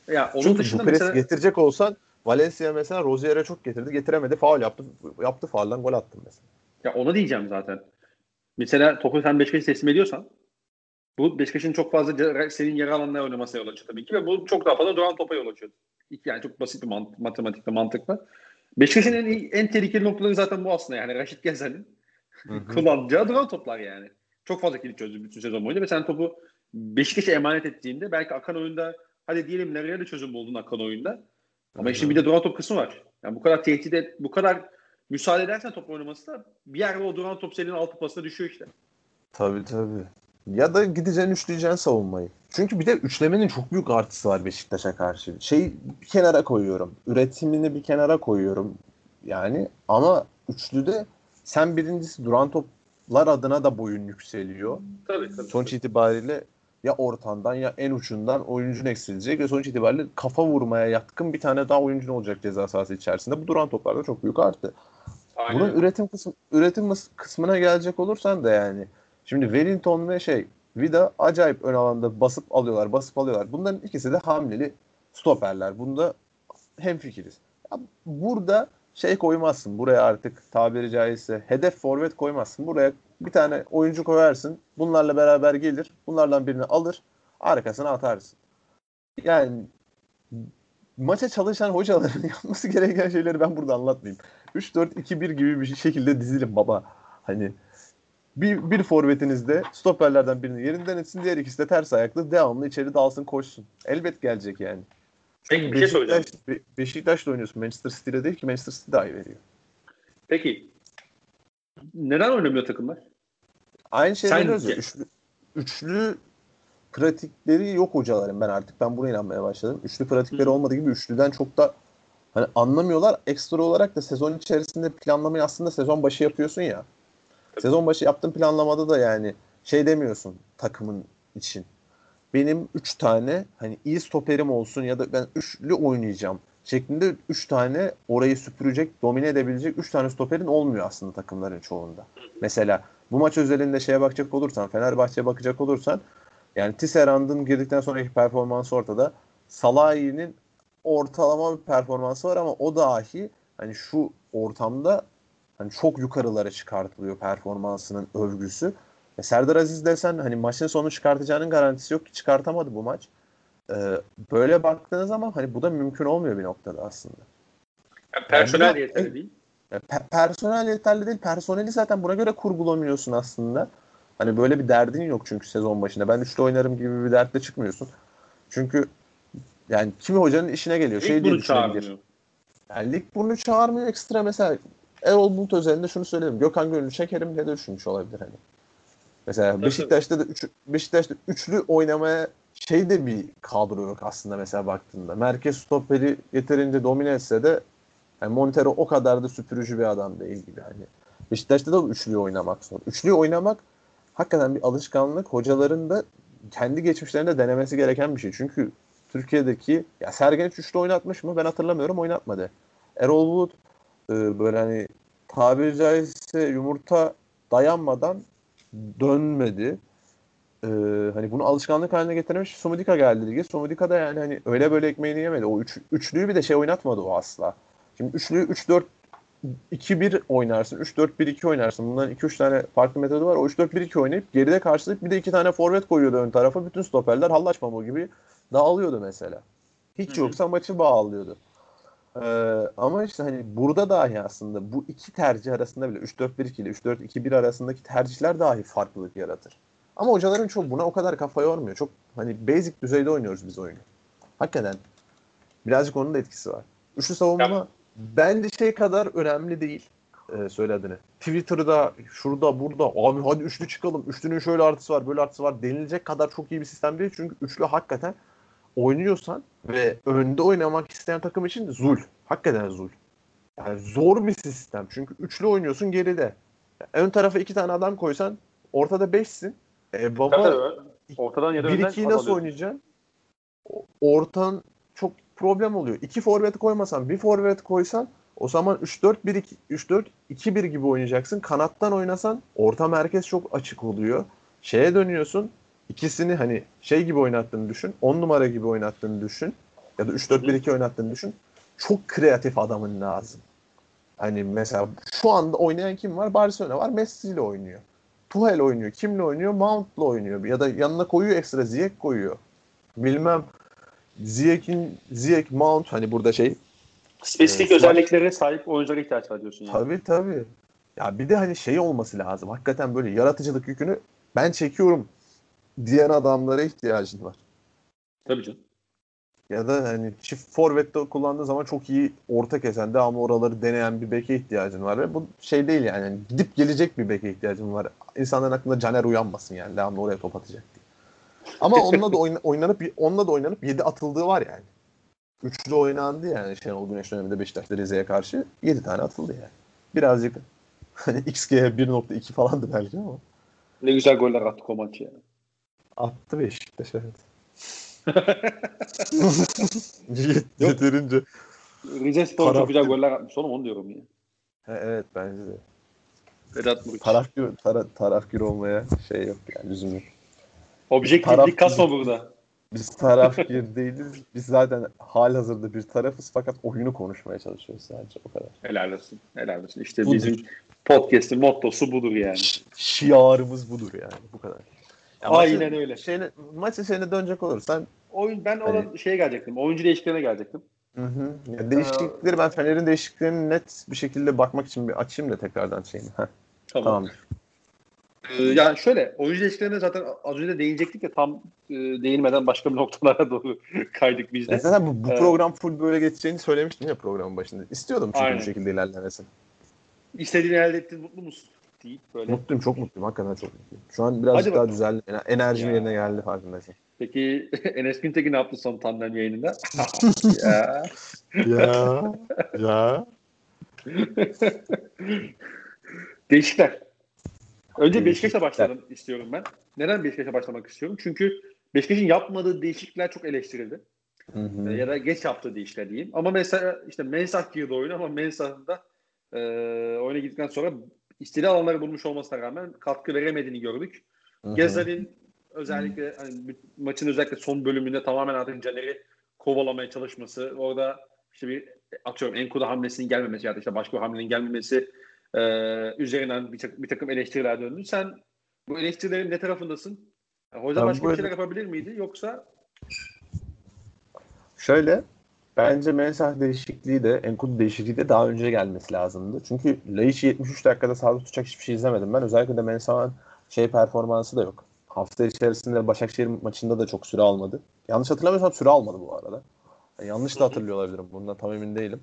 Ya onun Çünkü dışında Bukarest'i mesela getirecek olsan Valencia mesela Rozier'e çok getirdi. Getiremedi. Faul yaptı. Yaptı faulden gol attı mesela. ya ona diyeceğim zaten. Mesela topu sen Beşiktaş'a teslim ediyorsan bu Beşiktaş'ın çok fazla senin yarı alanına oynamasına yol açıyor tabii ki ve bu çok daha fazla duran topa yol açıyor. Yani çok basit bir matematikle mantıkla. Beşiktaş'ın en tehlikeli noktaları zaten bu aslında yani Raşit Gezen'in Hı hı. kullanacağı duran toplar yani. Çok fazla kilit çözdü bütün sezon boyunca ve sen topu Beşiktaş'a emanet ettiğinde belki akan oyunda hadi diyelim nereye de çözüm buldun akan oyunda. Hı Ama işin bir hı. de duran top kısmı var. Yani bu kadar tehdit et, bu kadar müsaade edersen top oynaması da bir yerde o duran top senin altı pasına düşüyor işte. Tabii tabii. Ya da gideceksin üçleyeceksin savunmayı. Çünkü bir de üçlemenin çok büyük artısı var Beşiktaş'a karşı. Bir kenara koyuyorum. Üretimini bir kenara koyuyorum. Yani ama üçlüde sen birincisi duran toplar adına da boyun yükseliyor. Tabii tabii. Sonuç Tabii. itibariyle ya ortandan ya en ucundan oyuncun eksilecek ve sonuç itibariyle kafa vurmaya yatkın bir tane daha oyuncun olacak ceza sahası içerisinde. Bu duran toplarda çok büyük artı. Aynen Bunun öyle. üretim kısmına gelecek olursan da yani şimdi Wellington ve Vida acayip ön alanda basıp alıyorlar. Bunların ikisi de hamleli stoperler. Bunda hemfikiriz. Ya burada koymazsın. Buraya artık tabiri caizse hedef forvet koymazsın. Buraya bir tane oyuncu koyarsın. Bunlarla beraber gelir. Bunlardan birini alır. Arkasına atarsın. Yani maça çalışan hocaların yapması gereken şeyleri ben burada anlatmayayım. 3-4-2-1 gibi bir şekilde dizilin baba. Hani bir forvetinizde stoperlerden birini yerinden etsin, diğer ikisi de ters ayaklı devamlı içeri dalsın koşsun. Elbet gelecek yani. Peki Çünkü bir şey soracağım. Beşiktaş'la oynuyorsun. Manchester City'de değil ki, Manchester City dahi veriyor. Peki neden oynamıyor takımlar? Aynı şeyi veriyoruz ya. Sence? Üçlü pratikleri yok hocaların, ben buna inanmaya başladım. Üçlü Hı pratikleri hı. olmadığı gibi üçlüden çok da hani anlamıyorlar. Ekstra olarak da sezon içerisinde planlamayı aslında sezon başı yapıyorsun ya. Tabii. Sezon başı yaptığın planlamada da yani demiyorsun takımın için. Benim 3 tane hani iyi stoperim olsun ya da ben üçlü oynayacağım şeklinde 3 tane orayı süpürecek, domine edebilecek 3 tane stoperin olmuyor aslında takımların çoğunda. Mesela bu maç özelinde bakacak olursan, Fenerbahçe'ye bakacak olursan yani Tisserand'ın girdikten sonraki performansı ortada. Salahi'nin ortalama bir performansı var ama o dahi hani şu ortamda hani çok yukarılara çıkartılıyor performansının övgüsü. Serdar Aziz desen hani maçın sonu çıkartacağının garantisi yok ki, çıkartamadı bu maç. Böyle baktığınız zaman hani bu da mümkün olmuyor bir noktada aslında. Yani Yani bir personel de yeterli değil. personel yeterli değil. Personeli zaten buna göre kurgulamıyorsun aslında. Hani böyle bir derdin yok çünkü sezon başında. Ben üçlü oynarım gibi bir dertle çıkmıyorsun. Çünkü yani kimi hocanın işine geliyor. İlk Diye bunu düşünebilir. çağırmıyor. Yani lig bunu çağırmıyor ekstra mesela. Erol Bulut özelinde şunu söyledim. Gökhan Gönül'ü çekerim diye de düşünmüş olabilir hani. Mesela Tabii tabii. Beşiktaş'ta üçlü oynamaya de bir kadro yok aslında mesela baktığında. Merkez stoperi yeterince domine etse de yani Montero o kadar da süpürücü bir adam değil gibi yani. Beşiktaş'ta da üçlüyü oynamak zor. Üçlüyü oynamak hakikaten bir alışkanlık. Hocaların da kendi geçmişlerinde denemesi gereken bir şey. Çünkü Türkiye'deki ya Sergen hiç üçlü oynatmış mı? Ben hatırlamıyorum, oynatmadı. Erol Bulut böyle hani tabiri caizse yumurta dayanmadan dönmedi. Hani bunu alışkanlık haline getirmiş. Sumudika geldi lige. Sumudika da yani hani öyle böyle ekmeğini yemedi. O üçlüyü bir de oynatmadı o asla. Şimdi üçlüyü 3-4-2-1 oynarsın. 3-4-1-2 oynarsın. Bunların 2-3 tane farklı metodu var. O 3-4-1-2 oynayıp geride karşılayıp bir de 2 tane forvet koyuyordu ön tarafa. Bütün stoperler hallaç pamuğu gibi dağılıyordu mesela. Hı Hiç hı. yoksa maçı bağlıyordu. Ama işte hani burada dahi aslında bu iki tercih arasında bile 3-4-1-2 ile 3-4-2-1 arasındaki tercihler dahi farklılık yaratır. Ama hocaların çoğu buna o kadar kafa yormuyor. Çok hani basic düzeyde oynuyoruz biz oyunu. Hakikaten birazcık onun da etkisi var. Üçlü Ya, savunma bence kadar önemli değil. Söyle adını. Twitter'da, şurada, burada abi hadi üçlü çıkalım. Üçlünün şöyle artısı var, böyle artısı var denilecek kadar çok iyi bir sistem değil. Çünkü üçlü hakikaten oynuyorsan ve önde oynamak isteyen takım için zul. Hakikaten zul. Yani zor bir sistem. Çünkü üçlü oynuyorsun geride. Ön tarafa 2 tane adam koysan ortada beşsin. tabii Baba tabii. Ortadan ya da bir önden 2'yi pas nasıl alıyorsun. oynayacaksın? Ortan çok problem oluyor. 2 forvet koymasan, bir forvet koysan o zaman 3-4-1-2 3-4-2-1 gibi oynayacaksın. Kanattan oynasan orta merkez çok açık oluyor. Dönüyorsun. İkisini hani gibi oynattığını düşün. 10 numara gibi oynattığını düşün. ya da 3-4-1-2 oynattığını düşün. Çok kreatif adamın lazım. Hani mesela şu anda oynayan kim var? Barcelona var. Messi ile oynuyor. Tuchel oynuyor. Kimle oynuyor? Mount'la oynuyor. Ya da yanına koyuyor, ekstra Ziyech koyuyor. Bilmem Ziyech, Mount, hani burada Spesifik özelliklere sahip oyunculara ihtiyaç var diyorsun yani. Tabii. Ya bir de hani olması lazım. Hakikaten böyle yaratıcılık yükünü ben çekiyorum diyen adamlara ihtiyacın var. Tabii canım. Ya da hani çift forvette kullandığı zaman çok iyi orta kesen, devamlı oraları deneyen bir beke ihtiyacın var. Ve bu değil yani. Yani gidip gelecek bir beke ihtiyacın var. İnsanların aklında Caner uyanmasın yani. Devamlı oraya top atacak diye. Ama onunla da oynanıp 7 atıldığı var yani. Üçlü oynandı yani Şenol Güneş döneminde Beşiktaş'ta Rize'ye karşı 7 tane atıldı yani. Birazcık hani XG 1.2 falandı belki ama. Ne güzel goller attık o maçı yani. Attı Beşiktaş, evet. Yeterince. Rize Spor çok güzel goller atmış oğlum, onu diyorum ya. Evet, bence de. Vedat Muriç. Tarafgir olmaya yok yani, lüzum yok. Objektiflik kasma burada. Biz tarafgir değiliz. Biz zaten halihazırda bir tarafız fakat oyunu konuşmaya çalışıyoruz sadece, o kadar. Helal olsun. İşte budur. Bizim podcast'in mottosu budur yani. Şiarımız budur yani, bu kadar. Ya aynen öyle. Maçın dönecek olursan ben ona gelecektim. Oyuncu değişikliklerine gelecektim. Ya değişiklikleri, ben Fener'in değişikliklerini net bir şekilde bakmak için bir açayım da tekrardan Tamamdır. Yani şöyle, oyuncu değişikliklerine zaten az önce değinecektik ya, tam değinmeden başka bir noktalara doğru kaydık biz de. Zaten bu program full böyle geçeceğini söylemiştim ya programın başında. İstiyordum çünkü bu şekilde ilerlemesin. İstediğini elde ettin, mutlu musun? Deyip böyle. Mutluyum, çok mutluyum. Hakikaten çok mutluyum. Şu an birazcık daha düzeldi. Enerjim yerine geldi, farkındaysın. Peki Enes Güntekin ne yaptı son tandem yayınında? Ya. Değişikler. Önce Beşiktaş'a başladım istiyorum ben. Neden Beşiktaş'a başlamak istiyorum? Çünkü Beşiktaş'ın yapmadığı değişiklikler çok eleştirildi. Ya da geç yaptığı değişiklikler diyeyim. Ama mesela işte Mensah girdi oyuna, ama Mensah'ın da oyuna gittikten sonra istediği alanları bulmuş olmasına rağmen katkı veremediğini gördük. Gezal'in özellikle maçın özellikle son bölümünde tamamen artık Caner'i kovalamaya çalışması, orada işte bir Enkudu hamlesinin gelmemesi ya da işte başka bir hamlenin gelmemesi üzerinden bir takım eleştiriler döndü. Sen bu eleştirilerin ne tarafındasın? Hoca başka bir şeyler yapabilir miydi, yoksa? Şöyle, bence Mensah değişikliği de Enkudu değişikliği de daha önce gelmesi lazımdı. Çünkü Laiç'i 73 dakikada sahada tutacak hiçbir şey izlemedim ben. Özellikle de Mensah'ın performansı da yok. Hafta içerisinde Başakşehir maçında da çok süre almadı. Yanlış hatırlamıyorsam süre almadı bu arada. Yani yanlış da hatırlıyor olabilirim. Bundan tam emin değilim.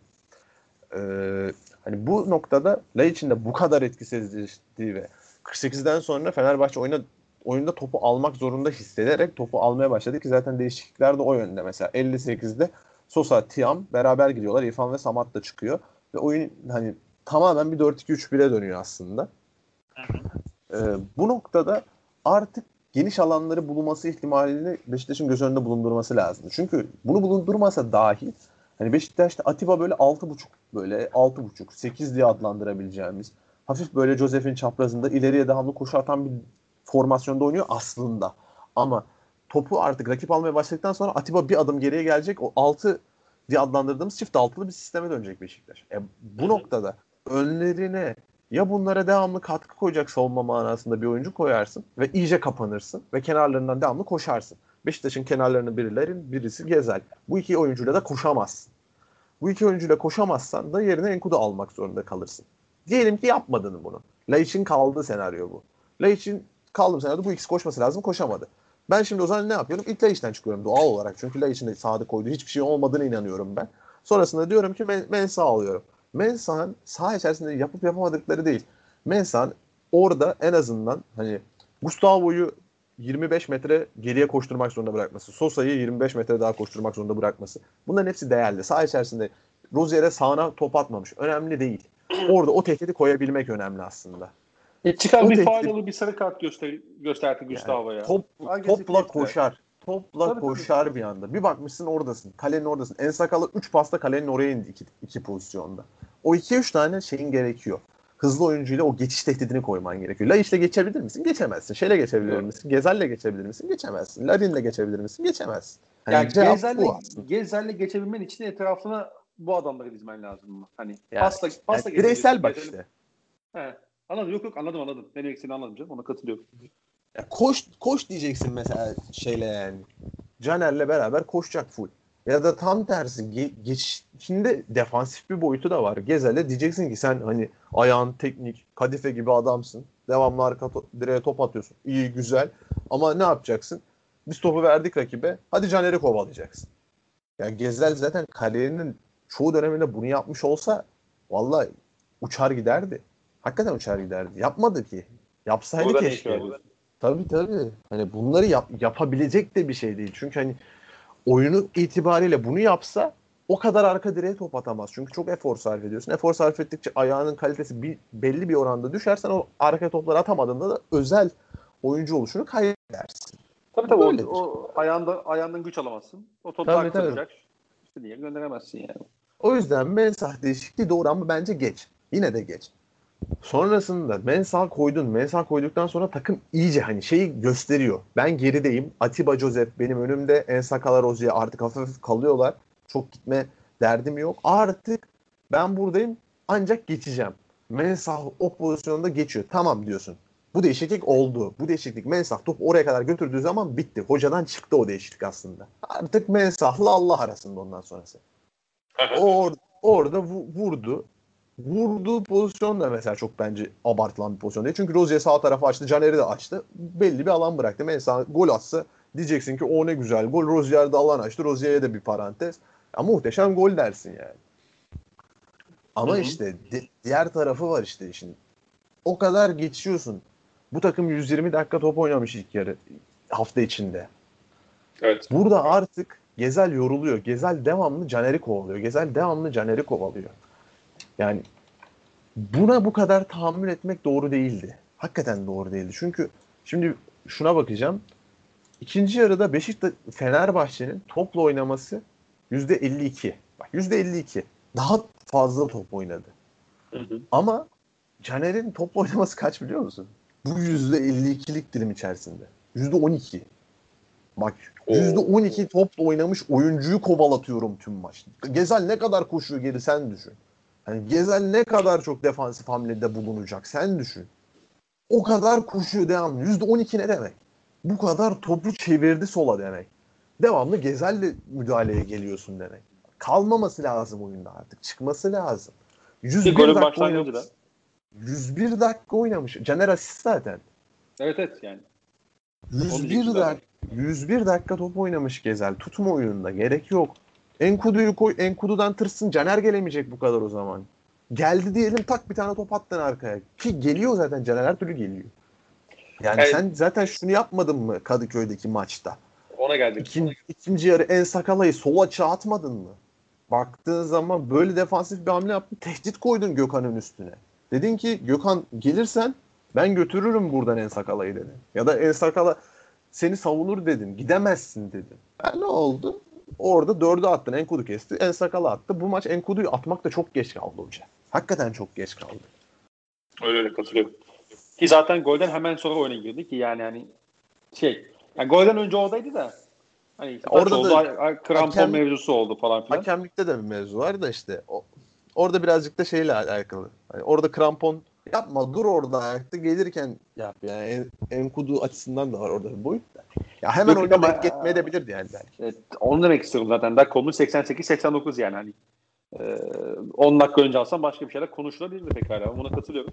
Hani bu noktada Laiç'in de bu kadar etkisizleştiği ve 48'den sonra Fenerbahçe oyunda topu almak zorunda hissederek topu almaya başladı ki zaten değişiklikler de o yönde. Mesela 58'de Sosa, Tiam beraber gidiyorlar. İrfan ve Samat da çıkıyor. Ve oyun hani tamamen bir 4-2-3-1'e dönüyor aslında. Bu noktada artık geniş alanları bulunması ihtimalini Beşiktaş'ın göz önünde bulundurması lazım. Çünkü bunu bulundurmasa dahi hani Beşiktaş'ta Atiba böyle 6.5 8 diye adlandırabileceğimiz, hafif böyle Josef'in çaprazında ileriye devamlı koşu atan bir formasyonda oynuyor aslında. Ama topu artık rakip almaya başladıktan sonra Atiba bir adım geriye gelecek. O 6 diye adlandırdığımız çift altılı bir sisteme dönecek Beşiktaş. Bu noktada önlerine ya bunlara devamlı katkı koyacak savunma manasında bir oyuncu koyarsın ve iyice kapanırsın ve kenarlarından devamlı koşarsın. Beşiktaş'ın kenarlarının birisi Gezel. Bu iki oyuncuyla da koşamazsın. Bu iki oyuncuyla koşamazsan da yerine Enkudu almak zorunda kalırsın. Diyelim ki yapmadın bunu. Laiç'in kaldığı senaryo bu. Laiç'in kaldığı senaryoda bu ikisi koşması lazım, koşamadı. Ben şimdi o zaman ne yapıyorum? İlk Laiç'ten çıkıyorum doğal olarak. Çünkü Laiç'in de sahada koyduğu hiçbir şey olmadığına inanıyorum ben. Sonrasında diyorum ki Mensah alıyorum. Mensah'ın saha içerisinde yapıp yapamadıkları değil. Mensah'ın orada en azından hani Gustavo'yu 25 metre geriye koşturmak zorunda bırakması, Sosa'yı 25 metre daha koşturmak zorunda bırakması. Bunların hepsi değerli. Saha içerisinde Rozier'e sağına top atmamış. Önemli değil. Orada o tehdidi koyabilmek önemli aslında. Çıkar o bir faydalı bir sarı kart gösterdi Gustavo'ya. Yani topla koşar. Topla koşar bir anda. Bir bakmışsın oradasın. Kalenin oradasın. En Sakalı 3 pasta kalenin oraya indi iki pozisyonda. O 2-3 tane şeyin gerekiyor. Hızlı oyuncuyla o geçiş tehdidini koyman gerekiyor. Laiç'le geçebilir misin? Geçemezsin. Şeyle geçebilir misin? Gezal'le geçebilir misin? Geçemezsin. Larin'le geçebilir misin? Geçemezsin. Yani cevap bu aslında. Gezal'le geçebilmen için etrafına bu adamları dizmen lazım mı? Hani Yani, pasla bireysel geçebilirsin. bak işte. He. Anladım. Yok anladım. Ne demek istediğini anladım canım. Ona katılıyorum. Ya koş diyeceksin mesela şeyle yani. Caner'le beraber koşacak full. Ya da tam tersi geçişinde defansif bir boyutu da var. Gezel'e diyeceksin ki sen hani ayağın teknik, kadife gibi adamsın. Devamlı arka direğe top atıyorsun. İyi, güzel. Ama ne yapacaksın? Biz topu verdik rakibe. Hadi Caner'i kovalayacaksın. Yani Gezel zaten kariyerinin çoğu döneminde bunu yapmış olsa vallahi uçar giderdi. Hakikaten uçar giderdi. Yapmadı ki. Yapsaydı Burada ne işi keşke. var diyorsun? Tabii. Hani bunları yapabilecek de bir şey değil. Çünkü hani oyunu itibariyle bunu yapsa o kadar arka direğe top atamaz. Çünkü çok efor sarf ediyorsun. Efor sarf ettikçe ayağının kalitesi belli bir oranda düşersen o arka topları atamadığında da özel oyuncu oluşunu kaybedersin. Tabii Böyledir. o ayağından güç alamazsın. O top Tabii. aktıracak. İşte niye gönderemezsin yani. O yüzden Mensah değişikliği doğru ama bence geç. Yine de geç. Sonrasında Mensah koydun. Mensah koyduktan sonra takım iyice hani şeyi gösteriyor. Ben gerideyim. Atiba Joseph benim önümde. Ensakala Rozier artık hafif kalıyorlar. Çok gitme derdim yok. Artık ben buradayım ancak geçeceğim. Mensah o pozisyonda geçiyor. Tamam diyorsun. Bu değişiklik oldu. Bu değişiklik Mensah top oraya kadar götürdüğü zaman bitti. Hocadan çıktı o değişiklik aslında. Artık Mensah'la Allah arasında ondan sonrası. Orada vurdu. Vurduğu pozisyon da mesela çok bence abartılan bir pozisyon değil. Çünkü Rozier sağ tarafı açtı. Caner'i de açtı. Belli bir alan bıraktı. Mesela gol atsa diyeceksin ki o ne güzel gol. Rozier de alan açtı. Rozier'e de bir parantez. Ya, muhteşem gol dersin yani. Ama işte diğer tarafı var işte işin. O kadar geçiyorsun. Bu takım 120 dakika top oynamış ilk yarı hafta içinde. Evet. Burada artık Gezel yoruluyor. Gezel devamlı Caner'i kovalıyor. Gezel devamlı Caner'i kovalıyor. Yani buna bu kadar tahammül etmek doğru değildi. Hakikaten doğru değildi. Çünkü şimdi şuna bakacağım. İkinci yarıda Fenerbahçe'nin topla oynaması %52. Bak %52. Daha fazla top oynadı. Ama Caner'in topla oynaması kaç biliyor musun? Bu %52'lik dilim içerisinde. %12. Bak %12 topla oynamış oyuncuyu kovalatıyorum tüm maç. Gezel ne kadar koşuyor geri sen düşün. Hani Gezel ne kadar çok defansif hamlede bulunacak sen düşün. O kadar koşuyor devamlı. %12 ne demek? Bu kadar topu çevirdi sola demek. Devamlı Gezel'le müdahaleye geliyorsun demek. Kalmaması lazım oyunda artık. Çıkması lazım. 101 golün dakika başlangıcı oynamış. da. 101 dakika oynamış. Caner asist zaten. Evet yani. 101 dakika 101 dakika top oynamış Gezel. Tutma oyununda. Gerek yok. Enkudu'yu koy. Enkudu'dan tırsın. Caner gelemeyecek bu kadar o zaman. Geldi diyelim tak bir tane top attın arkaya. Ki geliyor zaten Caner her türlü geliyor. Yani sen zaten şunu yapmadın mı Kadıköy'deki maçta? Ona geldik. İkinci yarı En Sakala'yı sol açığa atmadın mı? Baktığın zaman böyle defansif bir hamle yaptın. Tehdit koydun Gökhan'ın üstüne. Dedin ki Gökhan gelirsen ben götürürüm buradan En Sakala'yı dedin. Ya da En Sakala seni savunur dedin. Gidemezsin dedin. Ne oldu? Orada 4'ü attın. Enkudu kesti. En Sakala attı. Bu maç Enkudu'yu atmak da çok geç kaldı hoca. Hakikaten çok geç kaldı. Öyle katılıyorum. Ki zaten golden hemen sonra oyuna girdi ki yani yani golden önce oradaydı da hani işte orada oldu, da krampon mevzusu oldu falan filan. Hakemlikte de bir mevzu var da işte orada birazcık da şeyle alakalı. Hani orada krampon yapma dur orada ayakta gelirken yap yani Enkudu açısından da var orada bir boyut da. Ya hemen oyuna denk etmeyebilirdi yani belki. Evet, onu demek istiyorum zaten. Dakika 88-89 yani hani 10 dakika önce alsam başka bir şeyler konuşulabilirdi pekala. Ona katılıyorum.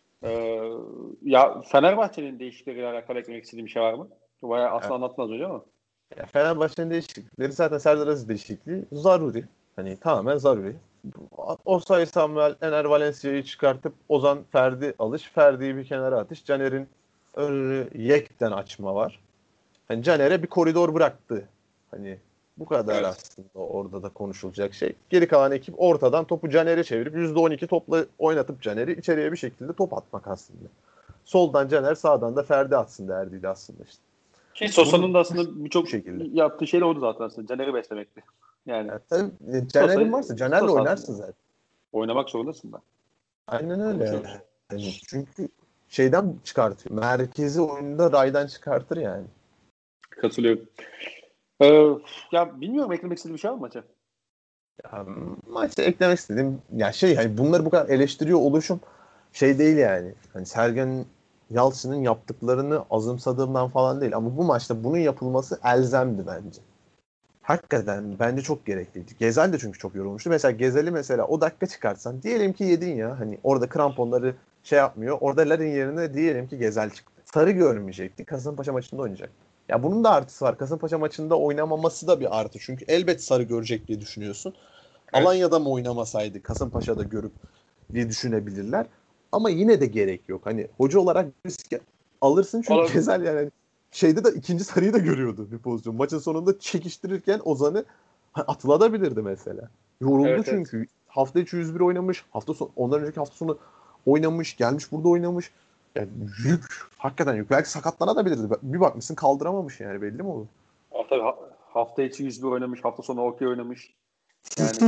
Ya Fenerbahçe'nin değişiklikleriyle alakalı eklemek istediğim bir şey var mı? Bayağı aslında anlattınız hocam ama. Ya Fenerbahçe'nin değişiklikleri zaten Serdar Aziz değişikliği zaruri. Hani tamamen zaruri. Osayi Samuel, Ener Valencia'yı çıkartıp Ozan Ferdi alış. Ferdi'yi bir kenara atış. Caner'in önünü yekten açma var. Hani Caner'e bir koridor bıraktı. Hani bu kadar aslında orada da konuşulacak şey. Geri kalan ekip ortadan topu Caner'e çevirip %12 topla oynatıp Caner'i içeriye bir şekilde top atmak aslında. Soldan Caner, sağdan da Ferdi atsın derdiydi aslında işte. Ki Sosa'nın da aslında birçok yaptığı şey oldu zaten aslında. Caner'i beslemekti. Yani tabii Caner'in varsa Caner'le oynarsın zaten. Oynamak zorundasın da. Aynen öyle. Yani çünkü şeyden çıkartıyor. Merkezi oyunda raydan çıkartır yani. Katılıyorum. Ya bilmiyorum, eklemek istediğim bir şey var mı maça? Ya, maçta eklemek istediğim ya hani bunları bu kadar eleştiriyor oluşum şey değil yani. Hani Sergen Yalçın'ın yaptıklarını azımsadığımdan falan değil ama bu maçta bunun yapılması elzemdi bence. Hakikaten bence çok gerekliydi. Gezel de çünkü çok yorulmuştu. Mesela o dakika çıkartsan diyelim ki yedin ya hani orada kramponları şey yapmıyor. Orada Larin yerine diyelim ki Gezel çıktı. Sarı görmeyecekti. Kasımpaşa maçında oynayacak. Ya bunun da artısı var. Kasımpaşa maçında oynamaması da bir artı. Çünkü elbet sarı görecek diye düşünüyorsun. Evet. Alanya'da mı oynamasaydı Kasımpaşa'da görüp diye düşünebilirler. Ama yine de gerek yok. Hani hoca olarak risk alırsın çünkü Gezel yani şeyde de ikinci sarıyı da görüyordu bir pozisyon. Maçın sonunda çekiştirirken Ozan'ı atılabilirdi mesela. Yoruldu Evet, evet. çünkü. Hafta içi 101 oynamış. Ondan önceki hafta sonu oynamış. Gelmiş burada oynamış. Yani yük. Hakikaten yük. Belki sakatlanabilirdi. Bir bakmışsın kaldıramamış yani belli mi olur? Tabii hafta içi 101 oynamış. Hafta sonu okey oynamış. Yani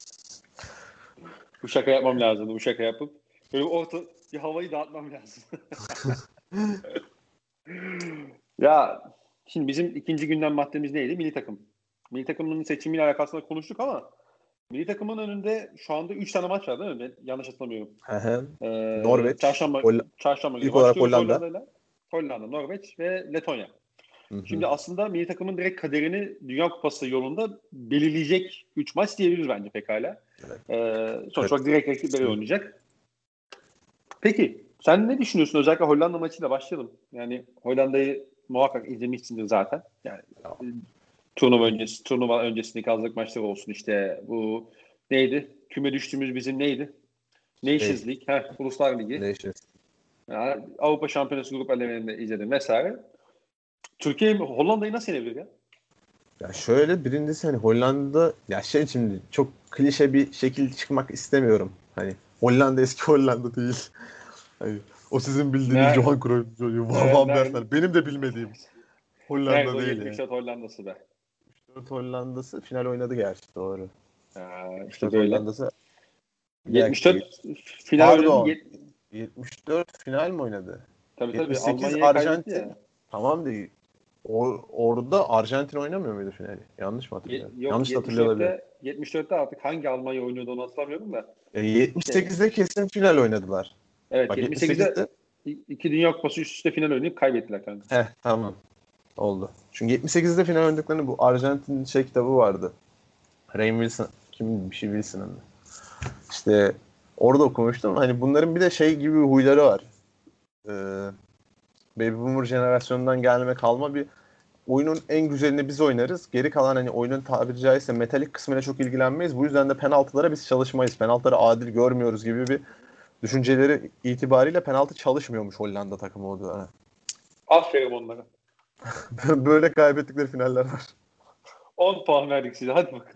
bu şaka yapmam lazım. Bu şaka yapıp böyle bir havayı dağıtmam lazım. Ya şimdi bizim ikinci gündem maddemiz neydi? Milli takım. Milli takımın seçimiyle alakasında konuştuk ama milli takımın önünde şu anda 3 tane maç var değil mi? Ben yanlış hatırlamıyorum. Norveç, Çarşamba günü ilk olarak başlıyoruz Hollanda. Hollanda, Norveç ve Letonya. Hı hı. Şimdi aslında milli takımın direkt kaderini Dünya Kupası yolunda belirleyecek 3 maç diyebiliriz bence pekala. Evet. Sonuç olarak direkt rakipleri oynayacak. Peki sen ne düşünüyorsun? Özellikle Hollanda maçıyla başlayalım. Yani Hollanda'yı muhakkak izlemişsindir zaten. Yani turnuva öncesindeki hazırlık maçları olsun işte bu neydi? Küme düştüğümüz bizim neydi? Nations League, Uluslar Ligi. Nations. Yani Avrupa Şampiyonası grup elemelerinde izledim vesaire. Türkiye Hollanda'yı nasıl yenebilir ya? Ya şöyle birincisi hani Hollanda ya şimdi çok klişe bir şekil çıkmak istemiyorum. Hani Hollanda eski Hollanda değil. Hani o sizin bildiğiniz Johan Cruyff, Van Nerede, Basten. Benim de bilmediğim nerede Hollanda o değil yani. 74 Hollanda'sı be? 4 Hollanda'sı final oynadı gerçi doğru. İşte 4 böyle. Hollanda'sı bir dakika. 74 final oynadı. Pardon. 74 final mi oynadı? Tabii 78 Almanya'ya kaybetti Arjantin. ya. Tamam değil. Orada Arjantin oynamıyor muydu finali? Yanlış mı hatırlıyorum? Yok, Yanlış da hatırlıyor olabilirim. 74'te artık hangi Almanya oynuyordu onu hatırlamıyorum da. İşte 78'de kesin final oynadılar. evet, Bak 78'de 78'de iki Dünya Kupası üst üste final oynayıp kaybettiler kanka. tamam oldu. Çünkü 78'de final oynadıklarını bu Arjantin şey kitabı vardı. Rain Wilson kim bir şey Wilson'ın. İşte orada okumuştum. Hani bunların bir de şey gibi bir huyları var. Ee, Baby Boomer jenerasyonundan gelme kalma bir oyunun en güzelini biz oynarız. Geri kalan hani oyunun tabiri caizse metalik kısmına çok ilgilenmeyiz. Bu yüzden de penaltılara biz çalışmayız. Penaltıları adil görmüyoruz gibi bir düşünceleri itibariyle penaltı çalışmıyormuş Hollanda takımı o dönem. Aferin onlara. Böyle kaybettikleri finaller var. 10 puan verdik size, hadi bakalım.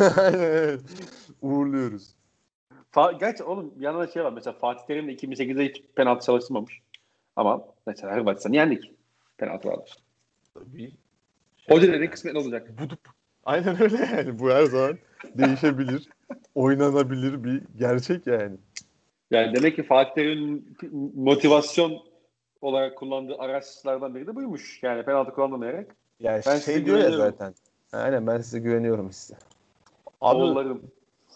Uğurluyoruz. Gerçi oğlum bir yandan şey var, mesela Fatih Terim de 2008'de hiç penaltı çalıştırmamış. Ama mesela Hırvatistan'ı yendik penaltılarla. Tabii. Hoca dedi Yani. kısmet olacak. Aynen öyle yani. Bu her zaman değişebilir, oynanabilir bir gerçek yani. Yani demek ki Fatih Terim'in motivasyon olarak kullandığı araçlardan biri de buymuş. Yani penaltı kullanmayarak. Yani Ben size şey diyor ya güveniyorum. zaten. Aynen ben size güveniyorum size. Abi Oğullarım.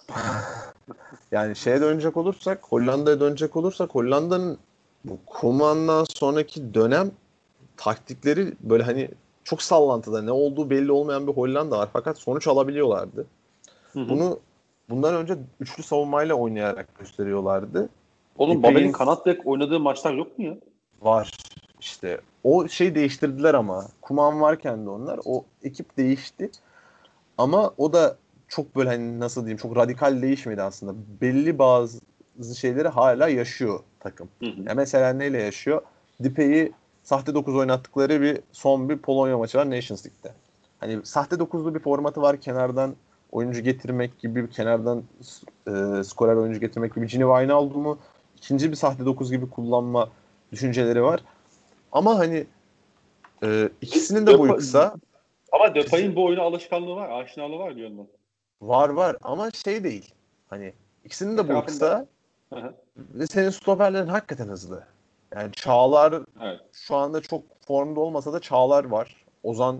yani şeye dönecek olursak, Hollanda'ya dönecek olursak Hollanda'nın bu Koeman'dan sonraki dönem taktikleri böyle hani çok sallantıda ne olduğu belli olmayan bir Hollanda var fakat sonuç alabiliyorlardı. Hı hı. Bundan önce üçlü savunmayla oynayarak gösteriyorlardı. Oğlum Babel'in Dipey'in kanat bek oynadığı maçlar yok mu ya? var işte. O şey değiştirdiler ama. Kuman varken de onlar. O ekip değişti. Ama o da çok böyle hani nasıl diyeyim çok radikal değişmedi aslında. Belli bazı şeyleri hala yaşıyor takım. Hı hı. Ya mesela neyle yaşıyor? Dipey'i sahte 9 oynattıkları bir Polonya maçı var Nations League'de. Hani sahte 9'lu bir formatı var. Kenardan oyuncu getirmek gibi, kenardan skorer oyuncu getirmek gibi. Gini Wijnaldum'u ikinci bir sahte 9 gibi kullanma düşünceleri var. Ama hani ikisinin de boyu kısa. Ama Depay'ın bu oyuna alışkanlığı var, aşinalığı var diyor ondan. Var ama şey değil. Hani ikisinin de boyu Etrafında. kısa Hı hı. ve senin stoperlerin hakikaten hızlı. Yani Çağlar Evet. şu anda çok formda olmasa da Çağlar var. Ozan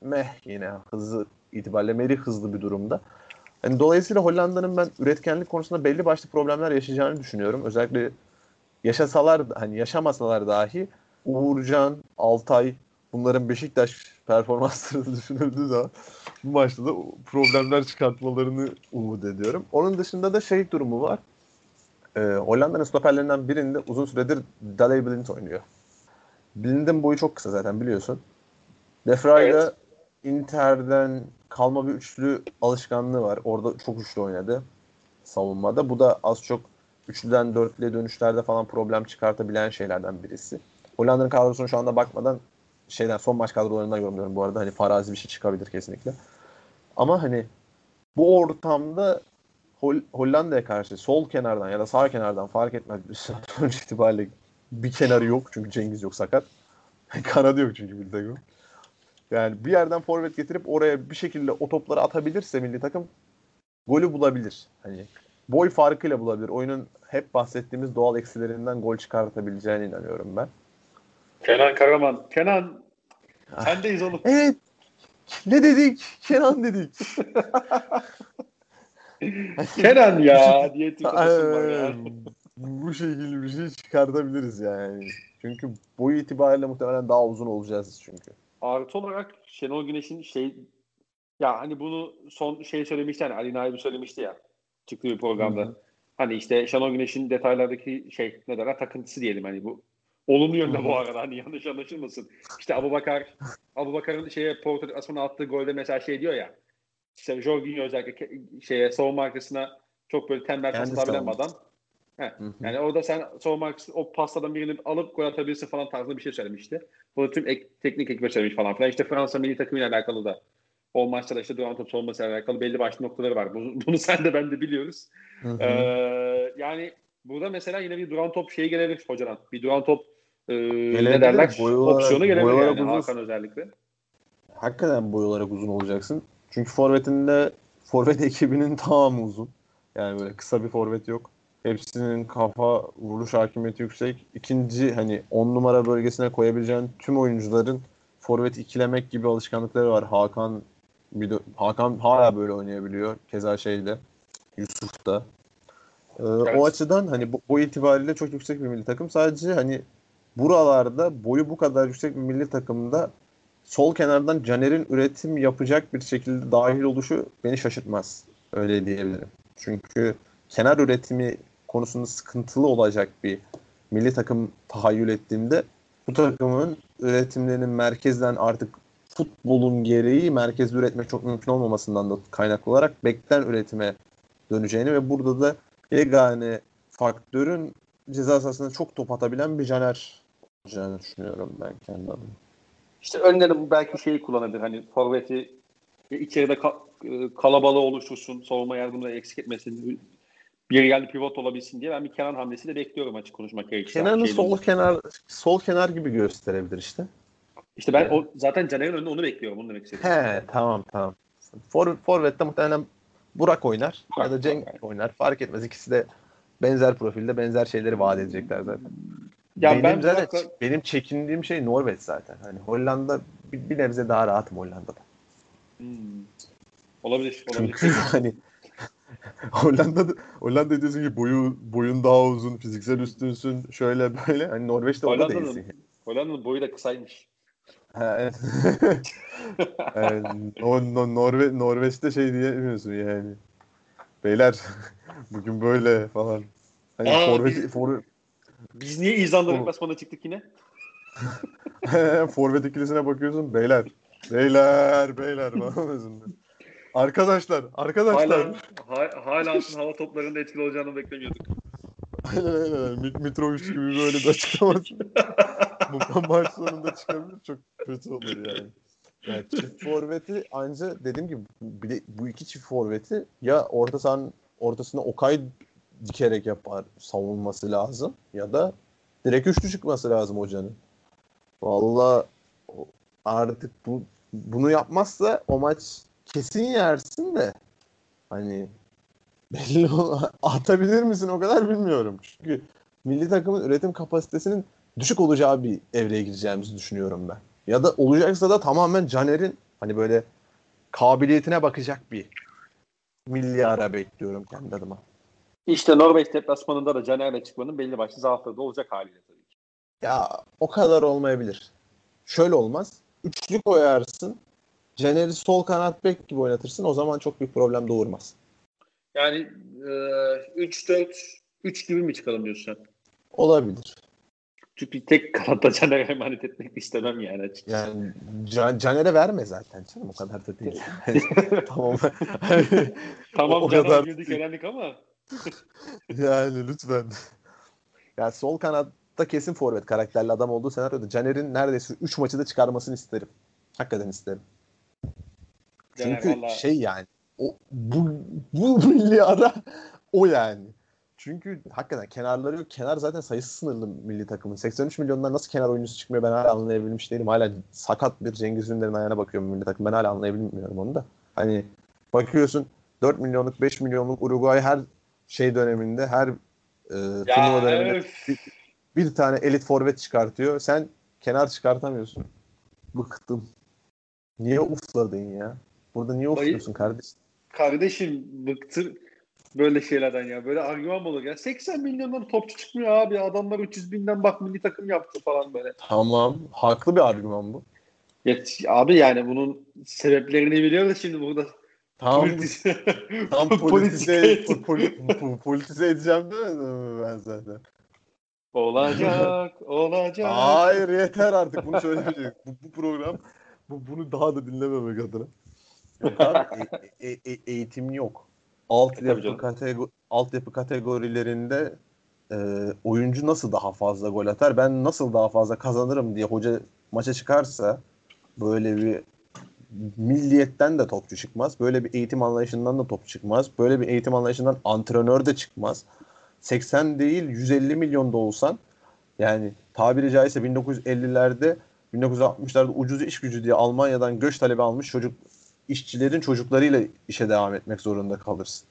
yine hızı itibariyle Merih hızlı bir durumda. Yani dolayısıyla Hollanda'nın ben üretkenlik konusunda belli başlı problemler yaşayacağını düşünüyorum. Özellikle yaşasalar hani yaşamasalar dahi Uğurcan, Altay bunların Beşiktaş performansları düşünüldüğü zaman bu maçta da problemler çıkartmalarını umut ediyorum. Onun dışında da şey durumu var. Hollanda'nın stoperlerinden birinde uzun süredir Daley Blind oynuyor. Blind'in boyu çok kısa zaten biliyorsun. De Vrij Evet. Inter'den kalma bir üçlü alışkanlığı var. Orada çok üçlü oynadı savunmada. Bu da az çok üçlüden dörtlüye dönüşlerde falan problem çıkartabilen şeylerden birisi. Hollanda'nın kadrosuna şu anda bakmadan son maç kadrolarından yorumluyorum bu arada. Hani farazi bir şey çıkabilir kesinlikle. Ama hani bu ortamda Hollanda'ya karşı sol kenardan ya da sağ kenardan fark etmez sonuç itibariyle bir kenarı yok çünkü Cengiz yok sakat. Kanadı yok çünkü bir takım. Yani bir yerden forvet getirip oraya bir şekilde o topları atabilirse milli takım golü bulabilir. Hani boy farkıyla bulabilir. Oyunun hep bahsettiğimiz doğal eksilerinden gol çıkartabileceğine inanıyorum ben. Kenan Karaman. Kenan sendeyiz oğlum. Evet. Ne dedik? Kenan dedik. Kenan ya diye tweet atasım var ya. Bu şekilde bir şey çıkartabiliriz yani. Çünkü boyu itibariyle muhtemelen daha uzun olacağız çünkü. Artı olarak Şenol Güneş'in ya hani bunu son söylemişti hani Ali Naim söylemişti ya çıktığı bir programda. Hı-hı. Hani işte Şenol Güneş'in detaylardaki ne derler takıntısı diyelim hani bu. Olumlu yönde bu arada hani yanlış anlaşılmasın. İşte Abubakar'ın Porto asmana attığı golde mesela diyor ya. İşte Jorginho özellikle savunma arkasına çok böyle tembel pas Kendi atabilen bir savunması. adam. Yani orada sen savunma arkasına o pastadan birini alıp gol atabilirsin falan tarzında bir şey söylemişti. Bunu tüm teknik ekibe söylemiş falan filan. İşte Fransa milli takımıyla alakalı da o maçta da işte duran top savunmasıyla alakalı belli başlı noktaları var. Bunu sen de ben de biliyoruz. Yani burada mesela yine bir duran top gelebilir hocadan. Bir duran top ne Gelebilir. derler? Opsiyonu Boy gelebilir olarak yani uzun. Hakan özellikle. Hakikaten boy olarak uzun olacaksın. Çünkü forvet ekibinin tamamı uzun. Yani böyle kısa bir forvet yok. Hepsinin kafa vuruş hakimiyeti yüksek. İkinci hani 10 numara bölgesine koyabileceğin tüm oyuncuların forvet ikilemek gibi alışkanlıkları var. Hakan hala böyle oynayabiliyor. Keza Yusuf da. O Evet. açıdan hani boy itibariyle çok yüksek bir milli takım. Sadece hani buralarda boyu bu kadar yüksek bir milli takımda sol kenardan Caner'in üretim yapacak bir şekilde dahil oluşu beni şaşırtmaz. Öyle diyebilirim. Çünkü kenar üretimi konusunda sıkıntılı olacak bir milli takım tahayyül ettiğimde bu takımın üretimlerinin merkezden artık futbolun gereği merkezde üretmek çok mümkün olmamasından da kaynaklı olarak bekten üretime döneceğini ve burada da yegane faktörün ceza sahasında çok top atabilen bir Caner olacağını düşünüyorum ben kendi adıma. İşte önleri bu belki kullanabilir. Hani forveti içeride kalabalığı oluştursun, savunma yardımını eksik etmesin, bir yerli pivot olabilsin diye ben bir Kenan hamlesi de bekliyorum açık konuşmak gerekirse Kenan'ı önünde. sol kenar gibi gösterebilir işte. İşte ben zaten Caner'in önünde onu bekliyorum. Onu demek istedim. Tamam. Forvet'te muhtemelen Burak oynar ya da Cenk Bak. oynar. Fark etmez. İkisi de benzer profilde benzer şeyleri vaat edecekler zaten. Ya ben Burak'la Benim çekindiğim şey Norveç zaten. Hani Hollanda bir nebze daha rahatım Hollanda'da. olabilir. Çünkü Peki. hani Hollanda diyorsun ki boyun daha uzun, fiziksel üstünsün, şöyle böyle. Hani Norveç'te o da değilsin. Hollanda'nın boyu da kısaymış. Ha, evet. Yani, Norveç'te diyemiyorsun yani. Beyler bugün böyle falan. Hani Aa biz niye İzlanda deplasmana çıktık yine? forvet ikilisine bakıyorsun beyler falan. Arkadaşlar. Hala altın hava toplarında etkili olacağını beklemiyorduk. Aynen. Mitrovic gibi böyle bir açıklaması. Bu maç sonunda çıkabilir. Çok kötü olur yani. Yani çift forveti anca dediğim gibi bu iki çift forveti ya orta sahanın ortasına Okay dikerek yapar savunması lazım ya da direkt üçlü çıkması lazım hocanın. Vallahi artık bunu yapmazsa o maç kesin yersin de hani atabilir misin o kadar bilmiyorum. Çünkü milli takımın üretim kapasitesinin düşük olacağı bir evreye gireceğimizi düşünüyorum ben. Ya da olacaksa da tamamen Caner'in Hani böyle kabiliyetine bakacak bir milli ara bekliyorum kendi adıma. İşte Norveç deplasmanında da Caner'le çıkmanın belli başlı zaafları da olacak haliyle tabii ki. Ya o kadar olmayabilir. Şöyle olmaz. Üçlü koyarsın. Caner'i sol kanat bek gibi oynatırsın. O zaman çok büyük problem doğurmaz. Yani 3-4-3 gibi mi çıkalım diyorsun sen? Olabilir. Çünkü tek kanatta Caner'e emanet etmek istemem yani açıkçası. Yani Caner'e verme zaten canım. O kadar da değil. Tamam. o Tamam Caner kadar girdik değil. elendik ama Yani lütfen. Yani sol kanatta kesin forvet karakterli adam olduğu senaryoda Caner'in neredeyse 3 maçı da çıkarmasını isterim. Hakikaten isterim. Caner Çünkü valla şey yani bu milli ara o yani. Çünkü hakikaten kenarları yok. Kenar zaten sayısı sınırlı milli takımın. 83 milyondan nasıl kenar oyuncusu çıkmıyor ben hala anlayabilmiş değilim. Hala sakat bir Cengiz Ünder'in ayağına bakıyorum milli takım. Ben hala anlayabilmiyorum onu da. Hani bakıyorsun 4 milyonluk 5 milyonluk Uruguay her şey döneminde her turnuva ya döneminde öf. bir tane elit forvet çıkartıyor. Sen kenar çıkartamıyorsun. Bıktım. Niye ufladın ya? Burada niye Dayı, ufluyorsun kardeşim? kardeşim bıktır böyle şeylerden ya. Böyle argüman mı olur ya? 80 milyondan topçu çıkmıyor abi. Adamlar 300 binden bak milli takım yaptı falan böyle. Tamam. Haklı bir argüman bu. Ya, abi yani bunun sebeplerini biliyoruz şimdi burada. Tam Politik tam politika politize edeceğim demedim mi ben zaten? olacak, olacak. Hayır yeter artık bunu söylemeyecek. Bu program bunu daha da dinlememek adına. Yok abi eğitim yok. Tabii canım. Altyapı kategorilerinde oyuncu nasıl daha fazla gol atar? Ben nasıl daha fazla kazanırım diye hoca maça çıkarsa böyle bir milliyetten de topçu çıkmaz. Böyle bir eğitim anlayışından da top çıkmaz. Böyle bir eğitim anlayışından antrenör de çıkmaz. 80 değil 150 milyon da olsan yani tabiri caizse 1950'lerde 1960'larda ucuz iş gücü diye Almanya'dan göç talebi almış işçilerin çocuklarıyla işe devam etmek zorunda kalırsın.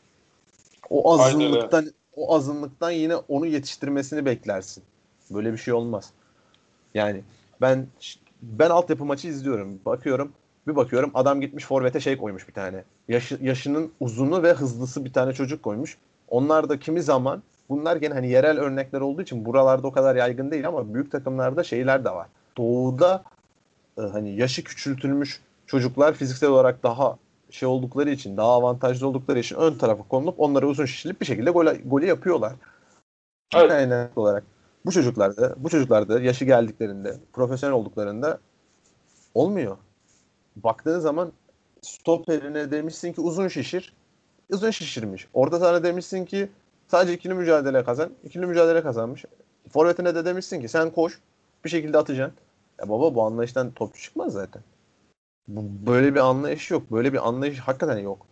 Aynen öyle. O azınlıktan yine onu yetiştirmesini beklersin. Böyle bir şey olmaz. Yani ben ben altyapı maçı izliyorum. Bir bakıyorum adam gitmiş forvete şey koymuş bir tane. Yaşının uzunu ve hızlısı bir tane çocuk koymuş. Onlar da kimi zaman bunlar gene hani yerel örnekler olduğu için buralarda o kadar yaygın değil ama büyük takımlarda şeyler de var. Doğuda hani yaşı küçültülmüş çocuklar fiziksel olarak daha şey oldukları için, daha avantajlı oldukları için ön tarafa konulup onları uzun şişirip bir şekilde golü yapıyorlar. Evet. Kaynaklı olarak bu çocuklarda yaşı geldiklerinde, profesyonel olduklarında olmuyor. Baktığın zaman stoperine demişsin ki uzun şişir, uzun şişirmiş. Orta sahada demişsin ki sadece ikili mücadele kazan, ikili mücadele kazanmış. Forvetine de demişsin ki sen koş, bir şekilde atacaksın. Ya baba bu anlayıştan topçu çıkmaz zaten. Böyle bir anlayış yok. Böyle bir anlayış hakikaten yok.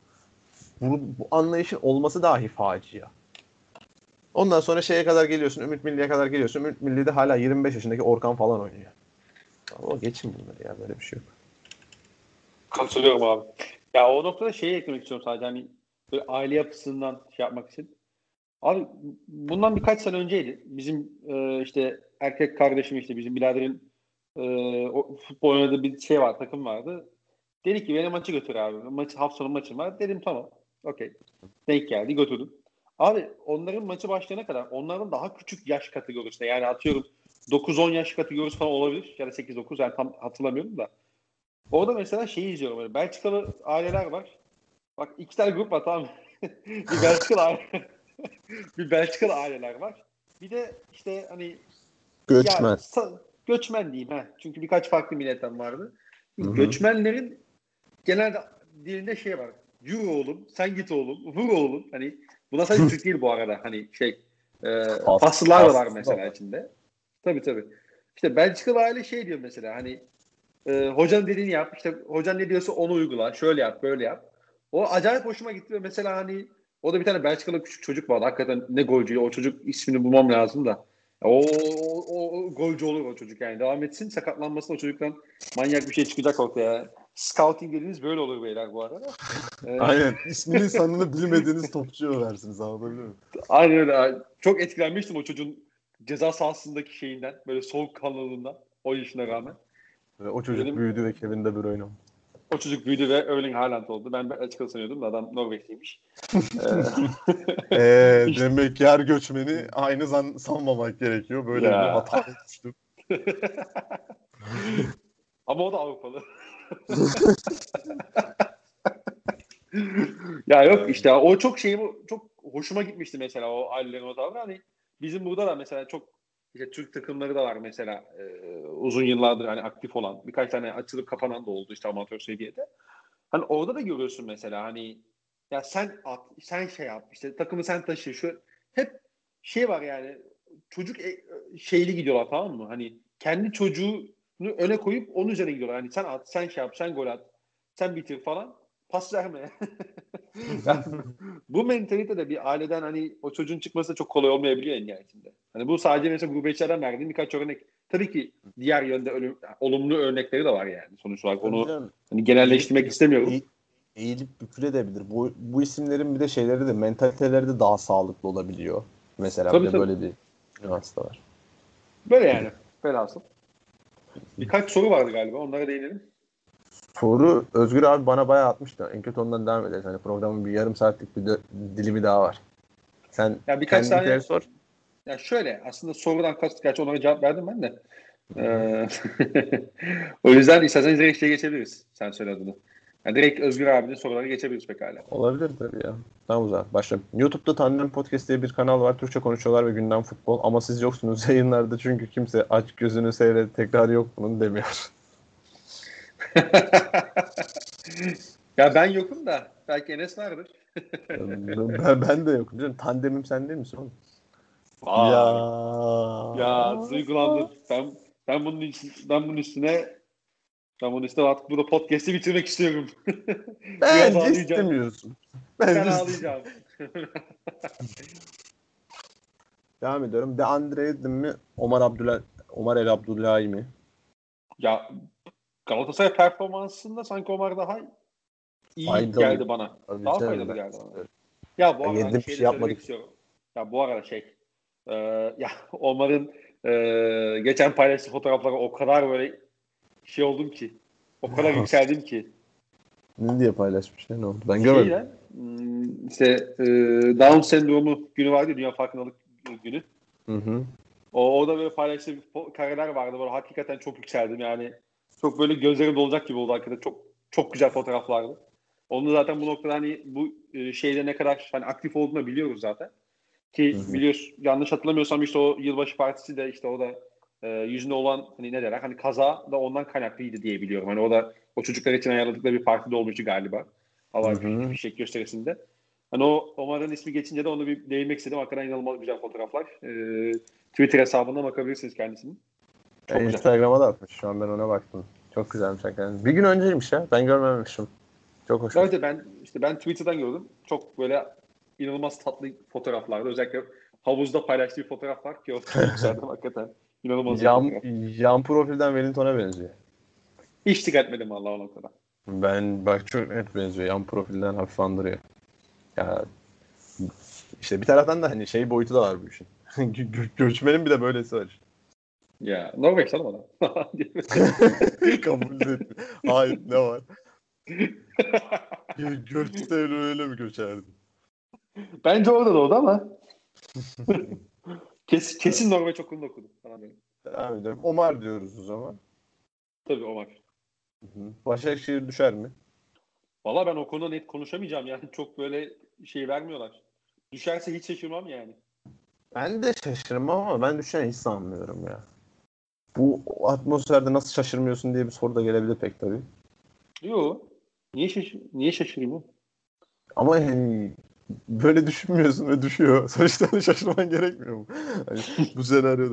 Bu anlayışın olması dahi facia. Ondan sonra şeye kadar geliyorsun, Ümit Milli'ye kadar geliyorsun. Ümit Milli'de hala 25 yaşındaki Orkan falan oynuyor. Ama geçin bunları ya böyle bir şey yok. Katılıyorum abi. Ya o noktada şeyi eklemek istiyorum sadece hani böyle aile yapısından şey yapmak için. Abi bundan birkaç sene önceydi. Bizim işte erkek kardeşim işte bizim biraderin o futbol oynadığı bir şey var, takım vardı. Dedi ki beni maçı götür abi. Hafta sonu maçım var. Dedim tamam. Okey. Denk geldi götürdüm. Abi onların maçı başlayana kadar onların daha küçük yaş kategorisinde yani atıyorum 9-10 yaş kategorisi falan olabilir. Ya da 8-9 yani tam hatırlamıyorum da. Orada mesela şeyi izliyorum. Böyle Belçikalı aileler var. Bak iki tane grup var tamam mı? Bir Belçikalı aile, bir Belçikalı aileler var. Bir de işte hani ya Göçmen. göçmen diyeyim ha. Çünkü birkaç farklı milletten vardı. Hı hı. Göçmenlerin genelde dilinde şey var. Yürü oğlum, sen git oğlum, vur oğlum. Hani buna sadece Türk değil bu arada. Hani şey Faslılar da var Faslı da mesela var. içinde. Tabii tabii. İşte Belçikalı aile şey diyor mesela hani hocanın dediğini yap. İşte hocan ne diyorsa onu uygula. Şöyle yap, böyle yap. O acayip hoşuma gitti ve mesela hani o da bir tane Belçikalı küçük çocuk vardı. Hakikaten ne golcü. O çocuk ismini bulmam lazım da. O golcü olur o çocuk yani. Devam etsin. Sakatlanmasın o çocuktan manyak bir şey çıkacak ortaya. Scouting dediğiniz böyle olur beyler bu arada. Aynen. İsmini sanını bilmediğiniz topçuya versiniz anlatabiliyor muyum? Aynen öyle. Çok etkilenmiştim o çocuğun ceza sahasındaki şeyinden. Böyle soğukkanlılığından. O yaşına rağmen. Ve o çocuk Dedim büyüdü ve Kevin De Bruyne oldu. O çocuk büyüdü ve Erling Haaland oldu. Ben açıkçası sanıyordum da adam Norveçliymiş. Demek ki her göçmeni aynı sanmamak gerekiyor. Böyle bir Ya. hata düştüm. Ama o da Avrupalı. Ya yok işte o çok çok hoşuma gitmişti mesela o Ali'lerin o tavrı. Hani bizim burada da mesela çok işte Türk takımları da var mesela uzun yıllardır hani aktif olan birkaç tane açılıp kapanan da oldu işte amatör seviyede. Hani orada da görüyorsun mesela hani ya sen at, sen şey yap işte takımı sen taşı şu hep şey var yani çocuk şeyli gidiyorlar tamam mı? Hani kendi çocuğunu öne koyup onun üzerine gidiyorlar. Hani sen at, sen şey yap, sen gol at, sen bitir falan. Pas verme. Yani bu mentalite de bir aileden hani o çocuğun çıkması da çok kolay olmayabiliyor en nihayetinde. Hani bu sadece mesela gurbetçilerden verdiğim birkaç örnek. Tabii ki diğer yönde olumlu örnekleri de var yani sonuç olarak. Tabii Onu canım. hani genelleştirmek istemiyorum. Eğilip bükülebilir. Bu isimlerin bir de şeyleri de mentaliteleri de daha sağlıklı olabiliyor. Mesela bir Tabii de tabii. böyle bir nüans da var. Böyle yani. Velhasıl. Birkaç soru vardı galiba. Onlara değinelim. Soru Özgür abi bana bayağı atmıştı. En kötü ondan devam ederiz. Hani programın bir yarım saatlik bir dilimi daha var. Sen Ya birkaç kendinkileri tane sor. ya şöyle aslında sorudan kast gerçi onlara cevap verdim ben de. Hı hı. O yüzden isterseniz direkt şeye geçebiliriz. Sen söyle adını. Yani direkt Özgür abinin soruları geçebiliriz pekala. Olabilir tabii ya. Tamam o zaman başlayalım. YouTube'da Tandem Podcast diye bir kanal var. Türkçe konuşuyorlar ve gündem futbol. Ama siz yoksunuz yayınlarda çünkü kimse aç gözünü seyret tekrar yok bunun demiyor. Ya ben yokum da belki Enes vardır. Ben de yokum. Canım, tandemim sen değil misin oğlum? Ya. Vay. Ya duygulandım. Ben bunun üstüne artık burada podcast'i bitirmek istiyorum. Biraz Bence ağlayacağım. istemiyorsun. Ben Bence istemiyorsun. ağlayacağım. Devam ediyorum. De Andre mi? Omar El Abdullahi mi? Ya Galatasaray performansında sanki Omar daha iyi Faydalı. geldi bana. Tabii Daha canım faydalı ben. geldi bana. Ya bu Ya arada hani yedim bir şeyi de şey söylemek yapmadık. istiyorum. Ya bu arada ya Omar'ın geçen paylaştığı fotoğraflara o kadar böyle şey oldum ki. O kadar yükseldim ki. Ne diye paylaşmış ne oldu? Ben görmedim. Şeyle işte Down sendromu günü vardı ya, Dünya Farkındalık günü. Hı hı. O da böyle paylaştığı kareler vardı. Böyle hakikaten çok yükseldim yani. Çok böyle gözlerim dolacak gibi oldu hakikaten. Çok çok güzel fotoğraflardı. Onu zaten bu noktada hani bu şeyde ne kadar hani aktif olduğunu biliyoruz zaten. Hı Ki hı. biliyorsun yanlış hatırlamıyorsam işte o yılbaşı partisi de işte o da yüzünde olan hani ne derler hani kaza da ondan kaynaklıydı diye biliyorum. Hani o da o çocuklar için ayarladıkları bir partide olmuştu galiba. Hı Havai hı. fişek gösterisinde. Hani o Omar'ın ismi geçince de onu bir değinmek istedim. Hakikaten inanılmaz güzel fotoğraflar. Twitter hesabından bakabilirsiniz kendisinin. Çok güzel. Instagram'a da atmış. Şu an ben ona baktım. Çok güzelmiş hakikaten. Bir gün önceymiş ya. Ben görmemişim. Çok hoşmuş. Evet ben Twitter'dan gördüm. Çok böyle inanılmaz tatlı fotoğraflardı. Özellikle havuzda paylaştığı bir fotoğraf var ki o çok yükseldim hakikaten. İnanılmaz bir Yan, fotoğraf. yan profilden Wellington'a benziyor. Hiç dikkat etmedim vallahi o noktada. Ben bak çok net benziyor. Yan profilden hafif andırıyor. Ya işte bir taraftan da hani şey boyutu da var bu işin. Göçmenin bir de böylesi var işte. Ya Norveç canım adam. Kabul etmiyor. Hayır ne var? Göçte öyle mi göçerdi? Bence orada doğdu ama kesin Norveç okulunda okudu. Falan böyle. Devam edelim. Omar diyoruz o zaman. Tabii Omar. Hı. Başakşehir düşer mi? Valla ben o konuda net konuşamayacağım yani. Çok böyle şey vermiyorlar. Düşerse hiç şaşırmam yani. Ben de şaşırmam ama ben düşen hiç sanmıyorum ya. Bu atmosferde nasıl şaşırmıyorsun diye bir soru da gelebilir pek tabii. Yo. Niye şaşırayım o? Ama hani böyle düşünmüyorsun ve düşüyor. Sonuçta hani şaşırman gerekmiyor mu? Hani bu senaryoda.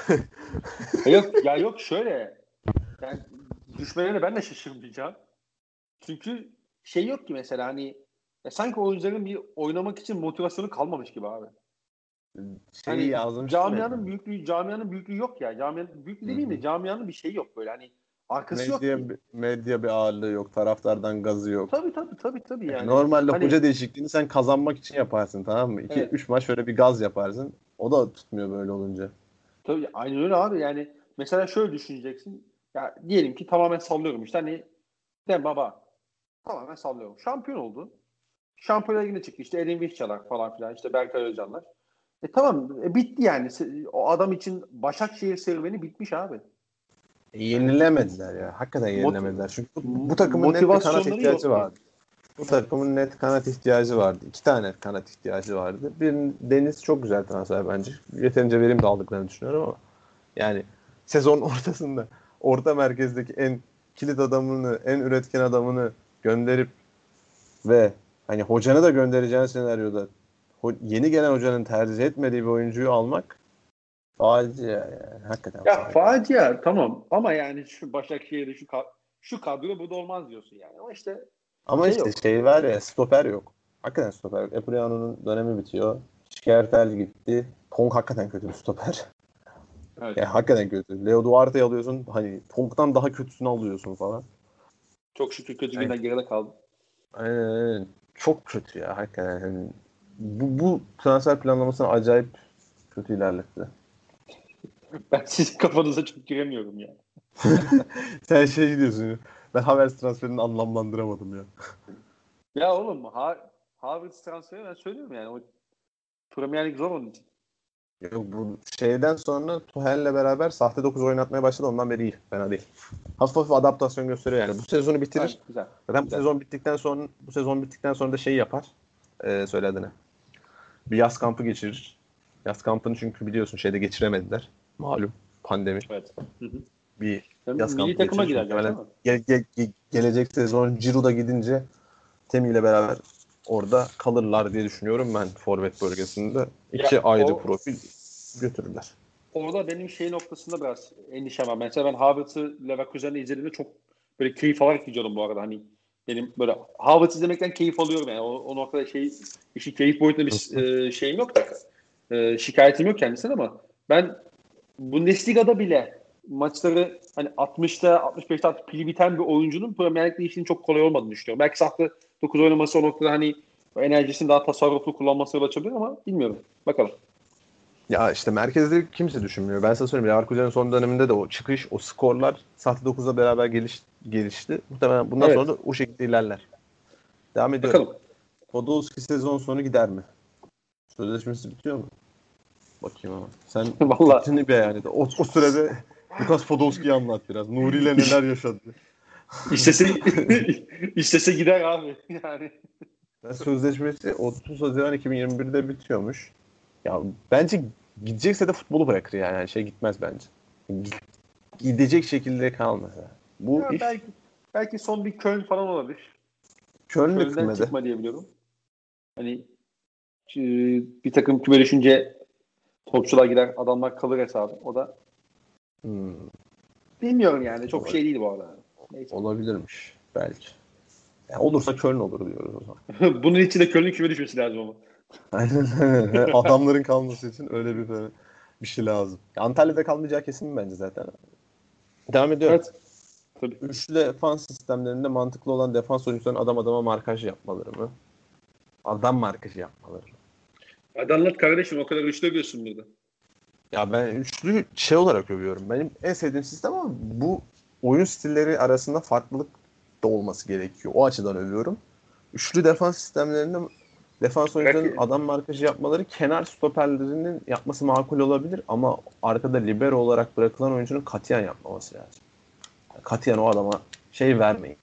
Yok şöyle. Yani düşmelerine ben de şaşırmayacağım. Çünkü şey yok ki mesela hani sanki oyuncuların bir oynamak için motivasyonu kalmamış gibi abi. Şeyi Hani yazmıştım ya sana. camianın büyüklüğü yok ya. Camianın büyüklüğü Hı demeyeyim de hı. camianın bir şeyi yok böyle hani arkası yok Medya, ki. medya bir ağırlığı yok. Taraftardan gazı yok. Tabii Yani yani. normalde Hani hoca değişikliğini sen kazanmak için yaparsın tamam mı? 2 evet. üç maç şöyle bir gaz yaparsın. O da tutmuyor böyle olunca. Tabii aynen öyle abi yani mesela şöyle düşüneceksin. Ya diyelim ki tamamen sallıyorum işte hani de baba Tamamen sallıyorum. Şampiyon oldu. Şampiyonlar Ligi'ne çıktı. İşte Edin Viscalar falan filan. İşte Berkay Özcanlar. Tamam. Bitti yani. O adam için Başakşehir serüveni bitmiş abi. Yenilemediler ya. Hakikaten yenilemediler. Çünkü bu takımın net bir kanat Motivasyonları ihtiyacı yok. vardı. Bu takımın net kanat ihtiyacı vardı. 2 tane kanat ihtiyacı vardı. Deniz çok güzel transfer bence. Yeterince verim de aldıklarını düşünüyorum ama yani sezon ortasında orta merkezdeki en kilit adamını, en üretken adamını gönderip ve hani hocanı da göndereceğin senaryoda yeni gelen hocanın tercih etmediği bir oyuncuyu almak facia yani. Hakikaten Ya facia. facia tamam ama yani şu Başakşehir'de şu kadro burada olmaz diyorsun yani. Ama işte Ama şey işte yok. şey var ya, stoper yok. Hakikaten stoper yok. Epriano'nun dönemi bitiyor. Şikertel gitti. Tong hakikaten kötü bir stoper. Evet. Yani hakikaten kötü. Leo Duarte'yi alıyorsun. Hani Tong'dan daha kötüsünü alıyorsun falan. Çok şükür kötü Yani, günden geride kaldı. aynen. Çok kötü ya hakikaten. Yani bu transfer planlamasını acayip kötü ilerletti. Ben sizin kafanıza çok giremiyorum ya. Sen şey diyorsun. Ben Havertz transferini anlamlandıramadım ya. Ya oğlum Harvard transferi ben söylüyorum yani. O Premier Lig zor onun için. Yok, bu şeyden sonra Tuchel'le beraber sahte 9 oynatmaya başladı. Ondan beri iyi. Fena değil. Hafif hafif adaptasyon gösteriyor yani. Bu sezonu bitirir. Evet, güzel. Zaten Güzel. bu sezon bittikten sonra da şey yapar. Söylediğine. Bir yaz kampı geçirir. Yaz kampını çünkü biliyorsun şeyde geçiremediler. Malum pandemi. Evet. Hı hı. Bir Yani yaz milli kampı takıma geçirir. gider gerçi Muhtemelen ama. gelecek sezon Ciro'da gidince Temi ile beraber orada kalırlar diye düşünüyorum ben forvet bölgesinde. İki Ya ayrı profil götürürler. orada benim şey noktasında biraz endişem var. Mesela ben Harvard'ı Leverkusen'de izlediğimde çok böyle keyif alarak izliyordum bu arada. Hani benim böyle Harvard izlemekten keyif alıyorum yani. O noktada işin keyif boyutunda bir şeyim yok da şikayetim yok kendisine ama ben Bundesliga'da bile maçları hani 60'ta 65'te artık pili biten bir oyuncunun Premier Lig'de işinin çok kolay olmadığını düşünüyorum. Belki sahte 9 oynaması o noktada hani o enerjisini daha tasarruflu kullanması yol açabilir ama bilmiyorum. Bakalım. Ya işte merkezde kimse düşünmüyor. Ben sana söyleyeyim. Leverkusen'in son döneminde de o çıkış, o skorlar Sahte 9'la beraber gelişti. Muhtemelen bundan sonra Evet. da o şekilde ilerler. Devam ediyorum. Bakalım. Podolski sezon sonu gider mi? Sözleşmesi bitiyor mu? Bakayım ama. Sen Valla fikrini beyan et. O sürede Lukas Podolski'yi anlat biraz. Nuri ile neler yaşadı. istese istese gider abi. Yani Sözleşmesi 30 Haziran 2021'de bitiyormuş. Ya bence gidecekse de futbolu bırakır yani. Yani şey gitmez bence. Gidecek şekilde kalmaz. Yani. Bu ya iş belki son bir Köln falan olabilir. Köln'de Köln'den kümede. çıkma diye biliyorum. Hani e, bir takım küme düşünce topçular gider, adamlar kalır hesabı. O da Hmm, bilmiyorum yani. Çok olabilir. şey değil bu arada. Neyse. Olabilirmiş belki. Yani olursa Köln olur diyoruz o zaman. Bunun için de Köln'ün küme düşmesi lazım ama. Aynen. Adamların kalması için öyle bir şey lazım. Antalya'da kalmayacağı kesin bence zaten. Devam ediyorum. Evet. Tabii. Üçlü defans sistemlerinde mantıklı olan defans oyuncuların adam adama markaj yapmaları mı? Adam markajı yapmaları mı? Hadi anlat kardeşim. O kadar üçlü övüyorsun burada. Ya ben üçlü şey olarak övüyorum. Benim en sevdiğim sistem ama bu oyun stilleri arasında farklılık da olması gerekiyor. O açıdan övüyorum. Üçlü defans sistemlerinde defans oyuncularının adam markajı yapmaları kenar stoperlerinin yapması makul olabilir ama arkada libero olarak bırakılan oyuncunun katiyen yapmaması lazım. Katiyen o adama şey vermeyin.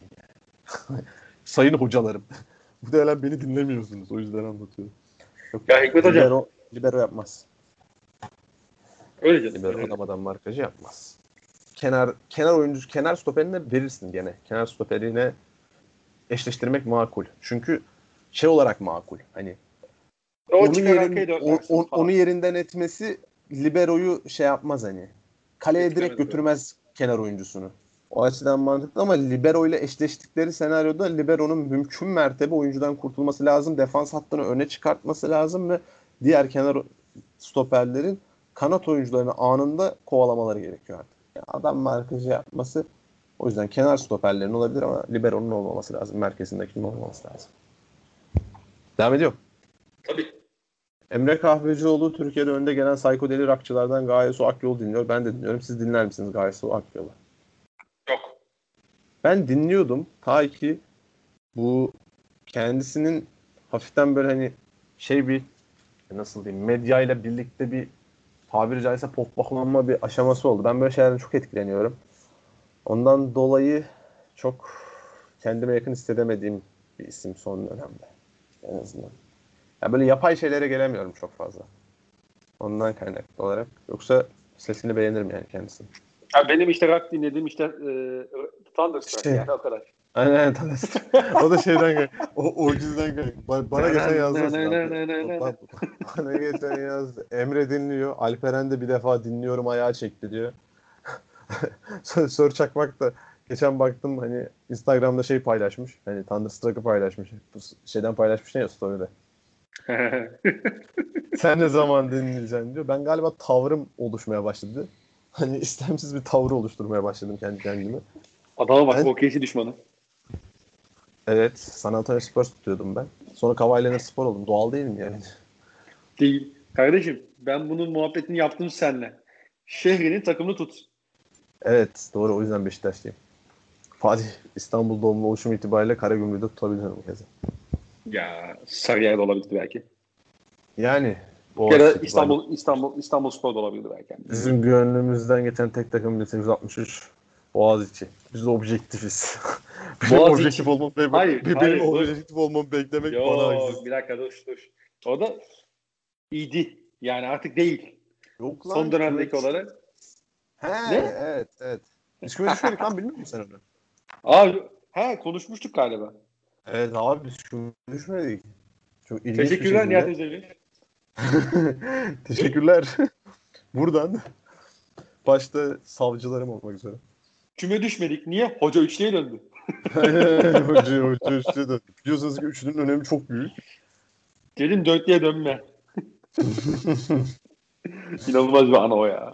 Sayın hocalarım. Muhtemelen beni dinlemiyorsunuz. O yüzden anlatıyorum. Yok Ya yani. Hikmet Hocam. Libero yapmaz. Öyle canım. Libero Öyle. adam markajı yapmaz. Kenar oyuncusu, kenar stoperine verirsin gene. Kenar stoperine eşleştirmek makul. Çünkü şey olarak makul. Hani O çıkar arkaya dörtlersin onu falan. yerinden etmesi libero'yu şey yapmaz hani. Kaleye direkt Etkilemez. Evet. götürmez kenar oyuncusunu. O açıdan mantıklı ama libero ile eşleştikleri senaryoda libero'nun mümkün mertebe oyuncudan kurtulması lazım. Defans hattını öne çıkartması lazım ve diğer kenar stoperlerin kanat oyuncularını anında kovalamaları gerekiyor artık. Yani adam markajı yapması o yüzden kenar stoperlerin olabilir ama libero'nun olmaması lazım. Merkezindekinin olmaması lazım. Devam ediyor. Tabii. Emre Kahvecioğlu Türkiye'de önde gelen psikodeli rockçılardan Gaye Su Akyol dinliyor. Ben de dinliyorum. Siz dinler misiniz Gaye Su Akyol'u? Yok. Ben dinliyordum. Ta ki bu kendisinin hafiften böyle hani bir nasıl diyeyim medyayla birlikte bir tabiri caizse pohpohlanma bir aşaması oldu. Ben böyle şeylerden çok etkileniyorum. Ondan dolayı çok kendime yakın hissedemediğim bir isim son dönemde en azından. Ya böyle yapay şeylere gelemiyorum çok fazla. Ondan kaynaklı olarak. Yoksa sesini beğenirim yani kendisini. Ya benim işte rock dinlediğim işte Thunderstruck yani o kadar. Aynen tanıştım. O da şeyden gel. O cüzden gel. Bana geçen yazdı mesela. Bana geçen yazdı. Emre dinliyor. Alperen de bir defa dinliyorum ayağı çekti diyor. Sör Çakmak da geçen baktım hani Instagram'da paylaşmış. Hani Thunderstruck'ı paylaşmış. Bu şeyden paylaşmış ne ya story'de. Sen ne zaman dinleyeceksin diyor. Ben galiba tavrım oluşmaya başladı. Hani istemsiz bir tavrı oluşturmaya başladım kendi kendime. Adama bak OKC düşmanı. Evet. San Antonio Spurs tutuyordum ben. Sonra Kawhi Leonard spor oldum. Doğal değil mi yani? Değil. Kardeşim ben bunun muhabbetini yaptım seninle. Şehrinin takımını tut. Evet. Doğru. O yüzden Beşiktaşlıyım. Fatih İstanbul doğumlu oluşum itibariyle Karagümrük'te tutabilirim bu kez. Ya Sarıyer'de olabilirdi belki. Yani Ya da Boğaziçi itibariyle. İstanbul Spor'da olabilirdi belki. Bizim gönlümüzden geçen tek takım 1963 Boğaziçi. Biz objektifiz. benim Objektif. objektif olmam benim Hayır dur. objektif olmam beklemek bana Yok bir haksız. dakika dur. O da iyiydi. Yani artık değil. Yok Son lan küme dönemdeki düştü. olarak. He Ne? evet. Biz küme düşmedik lan bilmiyor musun sen onu? Abi konuşmuştuk galiba. Evet abi biz küme düşmedik. Çok ilginç bir Teşekkürler Nihat şekilde. Özdemir. Teşekkürler. Buradan başta savcılarım olmak üzere. Küme düşmedik. Niye? Hoca üçlüye döndü. Aynen hoca işte de. Biliyorsunuz ki üçlünün önemi çok büyük. Gelin dörtlüye dönme. İnanılmaz bir ana o ya.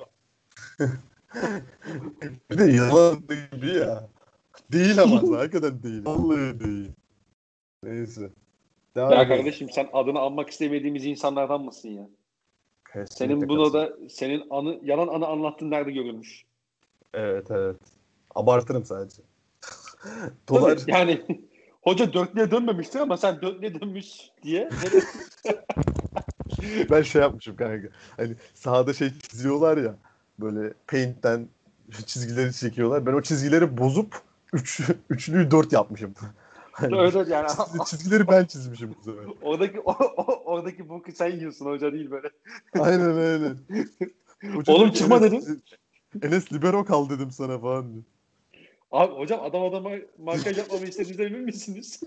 Bir de yalan gibi ya. Değil ama hakikaten değil. Vallahi değil. Neyse. Devam Ya edelim. kardeşim sen adını anmak istemediğimiz insanlardan mısın ya? Kesinlikle Senin buna katılıyorum. da senin yalan anı anlattığın nerede görülmüş? Evet. Abartırım sadece. Dolar Tabii yani hoca dörtlüye dönmemiştir ama sen dörtlüye dönmüş diye ne dersin? ben yapmışım kanka. Hani sahada çiziyorlar ya. Böyle paint'ten çizgileri çekiyorlar. Ben o çizgileri bozup üçlüyü 4 yapmışım. Hani Evet yani çizgileri ben çizmişim bu sefer. oradaki boku sen yiyorsun hoca değil böyle. Aynen. Hoca diyor Oğlum ki çıkma dedim. Enes libero kal dedim sana falan diyor. Abi hocam adama markaj yapmamı istediğinizde emin misiniz?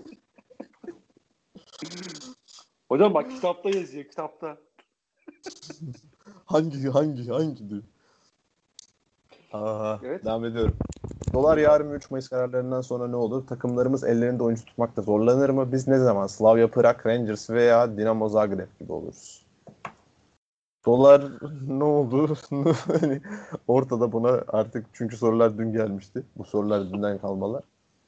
Hocam bak kitapta yazıyor kitapta. Hangi diyor. Aha, Evet. devam ediyorum. Dolar yarın 3 Mayıs kararlarından sonra ne olur? Takımlarımız ellerinde oyuncu tutmakta zorlanır mı? Biz ne zaman Slavia Prag, Rangers veya Dinamo Zagreb gibi oluruz? Dolar ne oldu? Hani ortada buna artık çünkü sorular dün gelmişti. Bu sorular dünden kalmalar.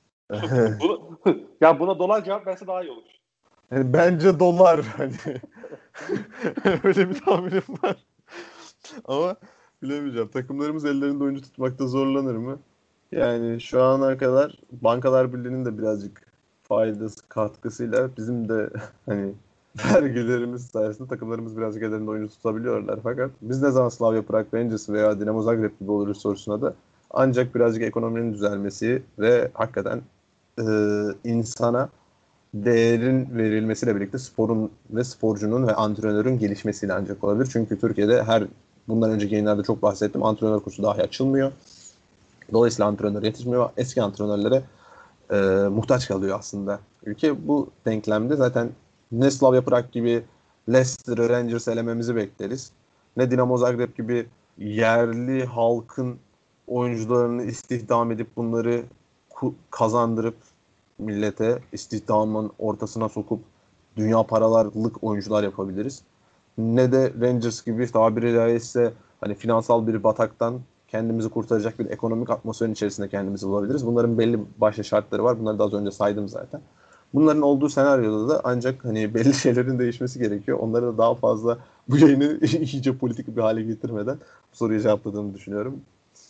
Buna dolar cevap verse daha iyi olur. Yani bence dolar hani öyle bir tahminim var. Ama bilemeyeceğim. Takımlarımız ellerinde oyuncu tutmakta zorlanır mı? Yani şu ana kadar Bankalar Birliği'nin de birazcık faydası katkısıyla bizim de hani vergilerimiz sayesinde takımlarımız birazcık ellerinde oyuncu tutabiliyorlar. Fakat biz ne zaman Slavia Prag Rangers veya Dinamo Zagreb gibi oluruz sorusuna da ancak birazcık ekonominin düzelmesi ve hakikaten insana değerin verilmesiyle birlikte sporun ve sporcunun ve antrenörün gelişmesiyle ancak olabilir. Çünkü Türkiye'de bundan önceki yayınlarda çok bahsettim. Antrenör kursu dahi açılmıyor. Dolayısıyla antrenör yetişmiyor. Eski antrenörlere muhtaç kalıyor aslında. Ülke bu denklemde zaten ne Slavia Prag gibi Leicester, Rangers elememizi bekleriz. Ne Dinamo Zagreb gibi yerli halkın oyuncularını istihdam edip bunları kazandırıp millete istihdamın ortasına sokup dünya paralarlık oyuncular yapabiliriz. Ne de Rangers gibi tabiri caizse hani finansal bir bataktan kendimizi kurtaracak bir ekonomik atmosferin içerisinde kendimizi bulabiliriz. Bunların belli başlı şartları var. Bunları da az önce saydım zaten. Bunların olduğu senaryoda da ancak hani belli şeylerin değişmesi gerekiyor. Onları da daha fazla bu yayını iyice politik bir hale getirmeden bu soruyu cevapladığımı düşünüyorum.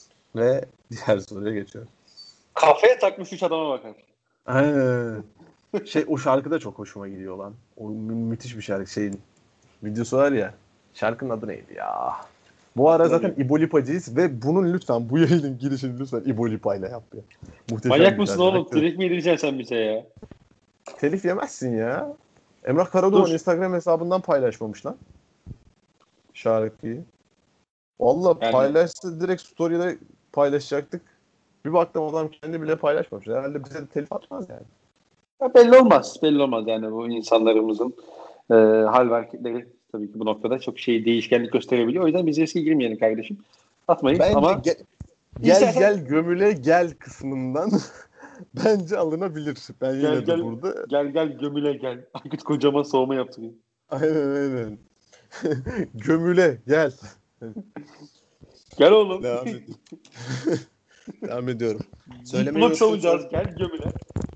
Ve diğer soruya geçiyorum. Kafaya takmış üç adama bakar. Aynen. O şarkı da çok hoşuma gidiyor lan. O müthiş bir şarkı. Videosu var ya. Şarkının adı neydi ya? Bu ara zaten İbo Lipacıyız ve bunun lütfen bu yayının girişini lütfen İbo Lipa'yla yap ya. Muhteşem Manyak bir mısın şarkı. oğlum? Telif mi yedireceksin sen bize ya? Telif yemezsin ya. Emrah Karaduman Dur. Instagram hesabından paylaşmamış lan şarkıyı. Valla Yani paylaşsa direkt story'de paylaşacaktık. Bir baktım adam kendi bile paylaşmamış. Herhalde bize de telif atmaz yani. ya belli olmaz. Belli olmaz yani bu insanlarımızın hal ve hareketleri tabii ki bu noktada çok değişkenlik gösterebiliyor. O yüzden biz riske girmeyelim kardeşim. Atmayız Bence ama gel istersen gömüle gel kısmından bence alınabilir. Ben gel yine de gel burada. gel gömüle gel. Aykut kocaman soğuma yaptırıyor. Aynen. Gömüle gel. Gel oğlum. Devam ediyorum. Devam ediyorum. Söylemeyi Dipnot unuttum. çalacağız. Gel gömüle.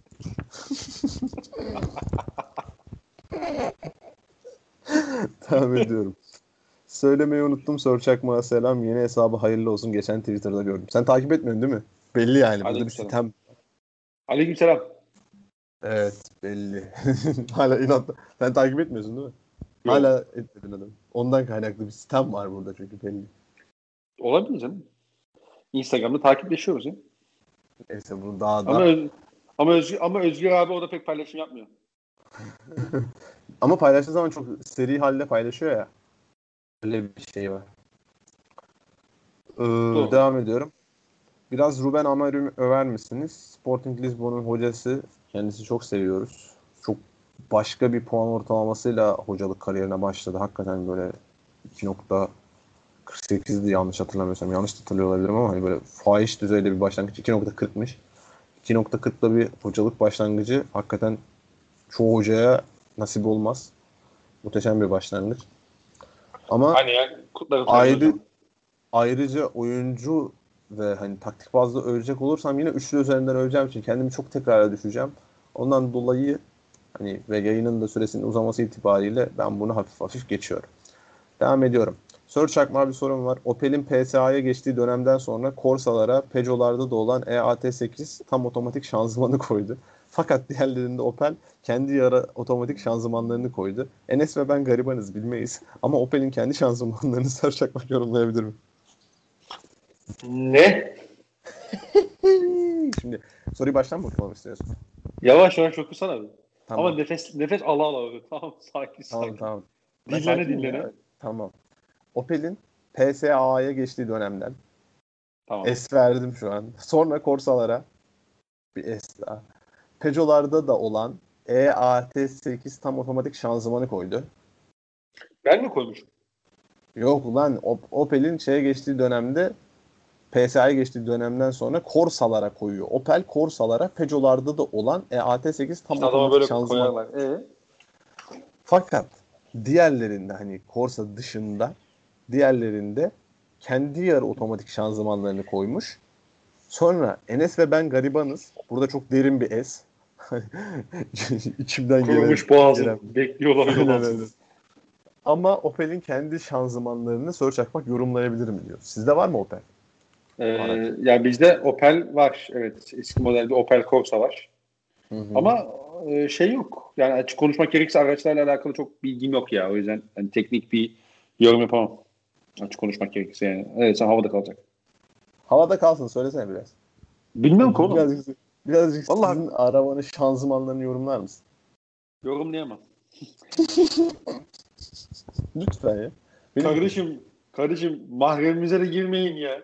Devam ediyorum. Söylemeyi unuttum. Sor Çakmak'a selam. Yeni hesabı hayırlı olsun. Geçen Twitter'da gördüm. Sen takip etmiyorsun değil mi? Belli yani. Burada bir Aleykümselam. sitem. Aleykümselam. Evet belli. Hala inatla. Sen takip etmiyorsun değil mi? Yok. Hala etmedin adam. Ondan kaynaklı bir sitem var burada çünkü belli. Olabilir canım. Instagram'da takipleşiyoruz ya. Neyse bunu daha Ama da... ama Özgür abi o da pek paylaşım yapmıyor. Ama paylaştığı zaman çok seri halde paylaşıyor ya. Öyle bir şey var. Doğru. Devam ediyorum. Biraz Ruben Amorim'i över misiniz? Sporting Lisbon'un hocası. Kendisi çok seviyoruz. Çok başka bir puan ortalamasıyla hocalık kariyerine başladı. Hakikaten böyle 2.48'di yanlış hatırlamıyorsam. Yanlış hatırlıyor olabilirim ama hani böyle fahiş düzeyde bir başlangıç. 2.40'mış. 2.40'da bir hocalık başlangıcı hakikaten çoğu hocaya nasip olmaz. Muhteşem bir başlangıç. Ama Hani ya kutlarım ayrıca oyuncu ve hani taktik bazlı övecek olursam yine üçlü üzerinden öveceğim için kendimi çok tekrara düşeceğim. Ondan dolayı hani ve yayının da süresinin uzaması itibariyle ben bunu hafif hafif geçiyorum. Devam ediyorum. Sör Çakmak'a bir sorum var. Opel'in PSA'ya geçtiği dönemden sonra Corsa'lara, Peugeot'larda da olan EAT8 tam otomatik şanzımanı koydu. Fakat diğerlerinde Opel kendi yarı otomatik şanzımanlarını koydu. Enes ve ben garibanız bilmeyiz. Ama Opel'in kendi şanzımanlarını Sör Çakmak yorumlayabilir mi? Ne? Şimdi soruyu baştan mı okumamı istiyorsun? Yavaş yavaş okusana abi. Ama Tamam. nefes ala. Tamam sakin. Tamam. Ben Dinlene sakinim ya. dinlene. Tamam. Opel'in PSA'ya geçtiği dönemden Tamam. es verdim şu an. Sonra Corsa'lara bir es daha. Peugeot'larda da olan EAT8 tam otomatik şanzımanı koydu. Ben mi koymuşum? Yok ulan Opel'in şeye geçtiği dönemde PSA'ya geçtiği dönemden sonra Corsa'lara koyuyor. Opel Corsa'lara Peugeot'larda da olan EAT8 tam İşte adama otomatik böyle şanzıman. koyarlar. Fakat diğerlerinde hani Corsa dışında diğerlerinde kendi yarı otomatik şanzımanlarını koymuş. Sonra Enes ve ben garibanız. Burada çok derin bir es. İçimden Kurumuş gelen. boğazım. Bekliyorlar yol Aynen altında. öyle. Ama Opel'in kendi şanzımanlarını Sör Çakmak yorumlayabilir mi diyor. Sizde var mı Opel? Araç. Ya bizde Opel var. Evet. Eski model bir Opel Corsa var. Hı hı. Ama şey yok. Yani açık konuşmak gerekirse araçlarla alakalı çok bilgim yok ya. O yüzden hani teknik bir yorum yapamam. Açık konuşmak gerekirse yani. Evet sen havada kalacak. Havada kalsın söylesene biraz. Bilmem ki oğlum. Birazcık Vallahi sizin arabanın şanzımanlarını yorumlar mısın? yorumlayamam. Lütfen ya. Kardeşim mahremimize de girmeyin ya.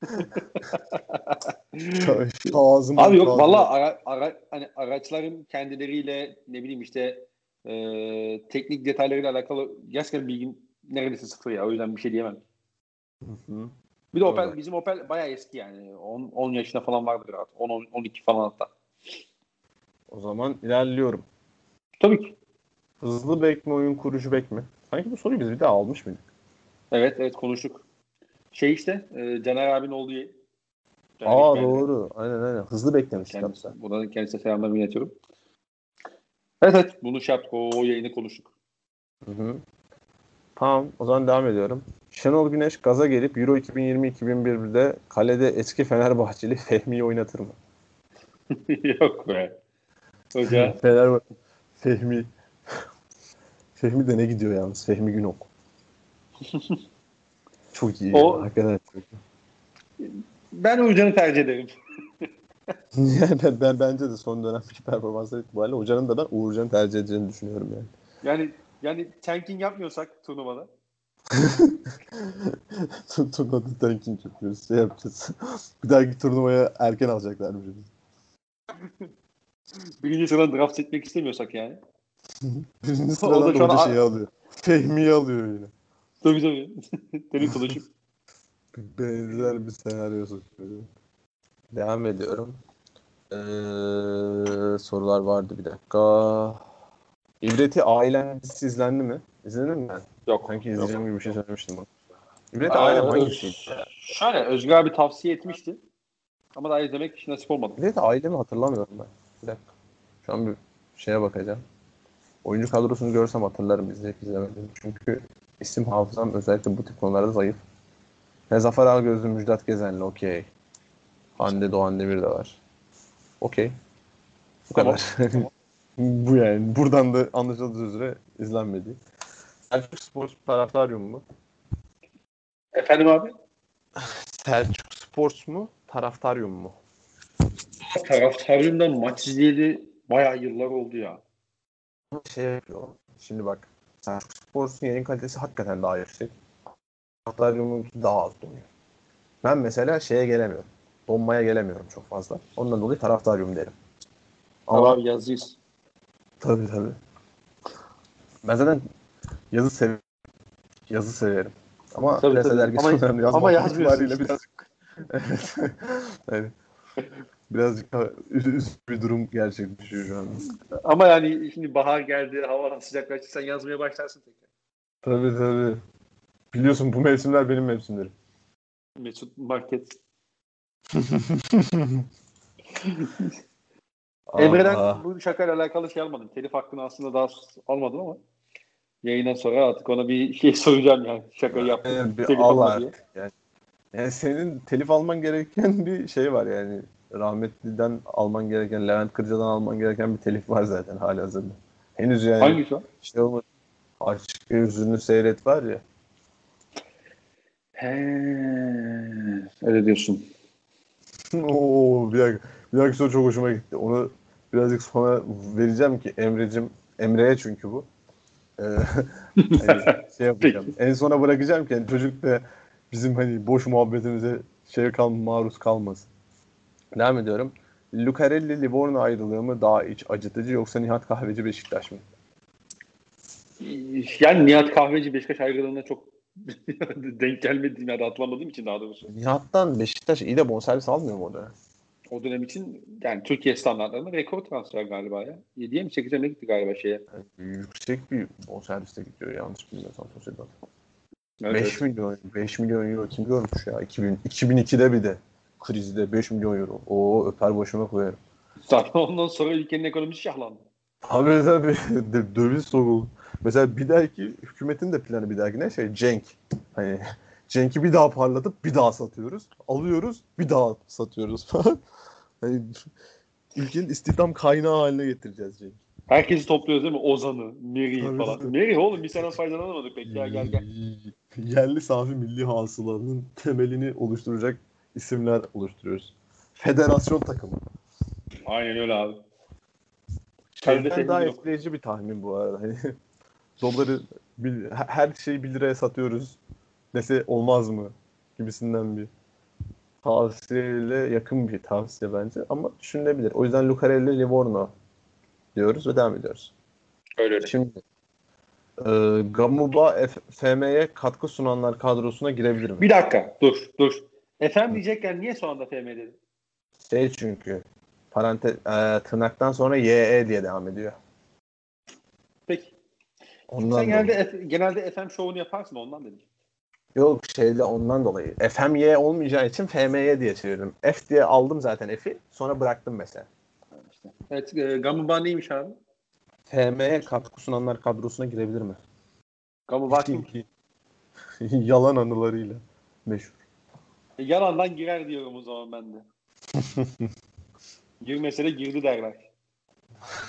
Şanzıman Abi yok valla hani araçların kendileriyle ne bileyim işte teknik detaylarıyla alakalı gerçekten bilgim neredeyse sıfır ya. O yüzden bir şey diyemem. Hı. Bir de Doğru. bizim Opel bayağı eski yani. 10 yaşında falan vardır artık. 12 falan hatta. O zaman ilerliyorum. Tabii ki. Hızlı bek mi oyun kurucu bek mi? Sanki bu soruyu biz bir daha almış mıydık? Evet konuştuk. Şey işte Caner abinin olduğu yer. Caner Aa İkbal'de. doğru. Aynen. Hızlı bek demiştik hatta. Buradan kendisine selamlarımı iletiyorum. Evet bunu şey yaptık. O yayını konuştuk. Hı. Tamam. O zaman devam ediyorum. Şenol Güneş gaza gelip Euro 2020-2021'de kalede eski Fenerbahçeli Fehmi'yi oynatır mı? Yok be. Hoca. Fenerbahçe. Fehmi. Fehmi de ne gidiyor yalnız? Fehmi Günok. Çok iyi ya. O Hakikaten çok iyi. ben Uğurcan'ı tercih ederim. Yani bence de son dönemdeki performansları itibariyle hocanın da ben Uğurcan'ı tercih edeceğini düşünüyorum yani. Yani tanking yapmıyorsak turnuvada. Turnuvada tanking yapıyoruz. Şey yapacağız. Bir dahaki turnuvaya erken alacaklarmış bizi. Birinci sıradan draft etmek istemiyorsak yani. Birinci O sıradan da da şu hoca an şeyi alıyor. Fehmi'yi alıyor yine. tabii. Deli dolaşıp. Benzer bir senaryo sokuyor. Devam ediyorum. Sorular vardı bir dakika. İbreti Ailem dizisi izlendi mi? İzledin mi? Yok. Sanki Yok. izleyeceğim gibi bir şey söylemiştim bak. İbreti Ailem hangisiydi ya? Şöyle Özgür abi tavsiye etmişti. Ama daha izlemek nasip olmadı. İbreti Ailem'i hatırlamıyorum ben. Bir dakika. Şu an bir şeye bakacağım. Oyuncu kadrosunu görsem hatırlarım izleyip izlemedim. Çünkü isim hafızam özellikle bu tip konularda zayıf. Zafer Algözlü, Müjdat Gezenli okey. Hande Doğan Demir de var. Okey. Bu Tamam. kadar. Bu yani. Buradan da anlaşıldığı üzere izlenmedi. Selçuk Spor taraftarıyım mu? Efendim abi? Selçuk Spor mu? Taraftaryum mu? Taraftarımdan maç izleyeli bayağı yıllar oldu ya. Şey yapıyor. Şimdi bak. Selçuk Spor'un yayın kalitesi hakikaten daha yüksek. Taraftaryum'unki daha az donuyor. Ben mesela şeye gelemiyorum. Donmaya gelemiyorum çok fazla. Ondan dolayı taraftaryum derim. Tamam Ama abi yazıyız. tabii. Ben zaten yazı severim. Yazı severim. Ama Presa Tabii. dergisi önemli Ama yazmak yazmıyorsun itibariyle işte. birazcık evet. Yani birazcık daha üzücü bir durum gerçekleşiyor şu anda. Ama yani şimdi bahar geldi, hava sıcaklaştı, sen yazmaya başlarsın tekrar. Tabii. Biliyorsun bu mevsimler benim mevsimlerim. Mesut Market. Emre'den Aa, bu şakayla alakalı şey almadım. Telif hakkını aslında daha almadım ama yayından sonra artık ona bir şey soracağım yani. Şakayı yaptık. bir Telif al alma diye. artık yani. Yani senin telif alman gereken bir şey var yani. Rahmetli'den alman gereken, Levent Kırca'dan alman gereken bir telif var zaten halihazırda. Henüz yani Hangisi o? işte o Aşk Yüzünü Seyret var ya. He, öyle diyorsun. Oo, bir dakika soru çok hoşuma gitti. Onu birazcık sonra vereceğim ki Emre'ye çünkü bu. Ee, hani şey yapacağım. Peki. En sona bırakacağım ki hani çocuk da bizim hani boş muhabbetimize maruz kalmasın. Devam ediyorum. Lucarelli Livorno ayrılığı mı daha iç acıtıcı yoksa Nihat Kahveci Beşiktaş mı? Yani Nihat Kahveci Beşiktaş ayrılığına çok denk gelmediğim ya da atlamadığım için daha doğrusu. Nihat'tan Beşiktaş iyi de bonservis almıyor mu o dönem? O dönem için yani Türkiye standartlarında rekor transfer galiba ya. 7'ye mi 8'e mi gitti galiba şeye? Yani yüksek bir bonserviste gidiyor yanlış bilmiyorsam Sociedad. Evet. 5 milyon euro kim görmüş ya? 2002'de bir de krizde 5 milyon euro. Oo öper başıma koyarım. Zaten ondan sonra ülkenin ekonomisi şahlandı. Tabii. Döviz soğuğu. Mesela bir dahaki hükümetin de planı bir dahaki ne şey? Cenk. Hani Cenk'i bir daha parlatıp bir daha satıyoruz. Alıyoruz bir daha satıyoruz falan. Hani ülkenin istihdam kaynağı haline getireceğiz Cenk. Herkesi topluyoruz değil mi? Ozan'ı, Meri'yi falan. Tabii. Meri oğlum bir sene faydalanamadık pek ya gel. Yerli safi milli hasılanın temelini oluşturacak isimler oluşturuyoruz. Federasyon takımı. Aynen öyle abi. Kalede Şeyden daha Fehmi yok. etkileyici bir tahmin bu arada. Hani doları her şeyi 1 liraya satıyoruz dese olmaz mı gibisinden bir tavsiyeyle yakın bir tavsiye bence ama düşünülebilir. O yüzden Lucarelli Livorno diyoruz ve devam ediyoruz. Öyle. Şimdi Gamuba FM'ye katkı sunanlar kadrosuna girebilir mi? Bir dakika dur. Efendim diyecekken niye son anda FM dedi? Çünkü tırnaktan sonra YE diye devam ediyor. Peki. Çünkü sen Ondan dolayı. genelde FM şovunu yaparsın ondan dedim. Yok ondan dolayı. FMY olmayacağı için FMY diye çevirdim. F diye aldım zaten F'i. Sonra bıraktım mesela. İşte. Evet, Gamuba neymiş abi? FM'ye katkı sunanlar kadrosuna girebilir mi? Gamuba kim ki? Yalan anılarıyla meşhur. Yalandan girer diyorum o zaman ben de. Girmese de girdi derler.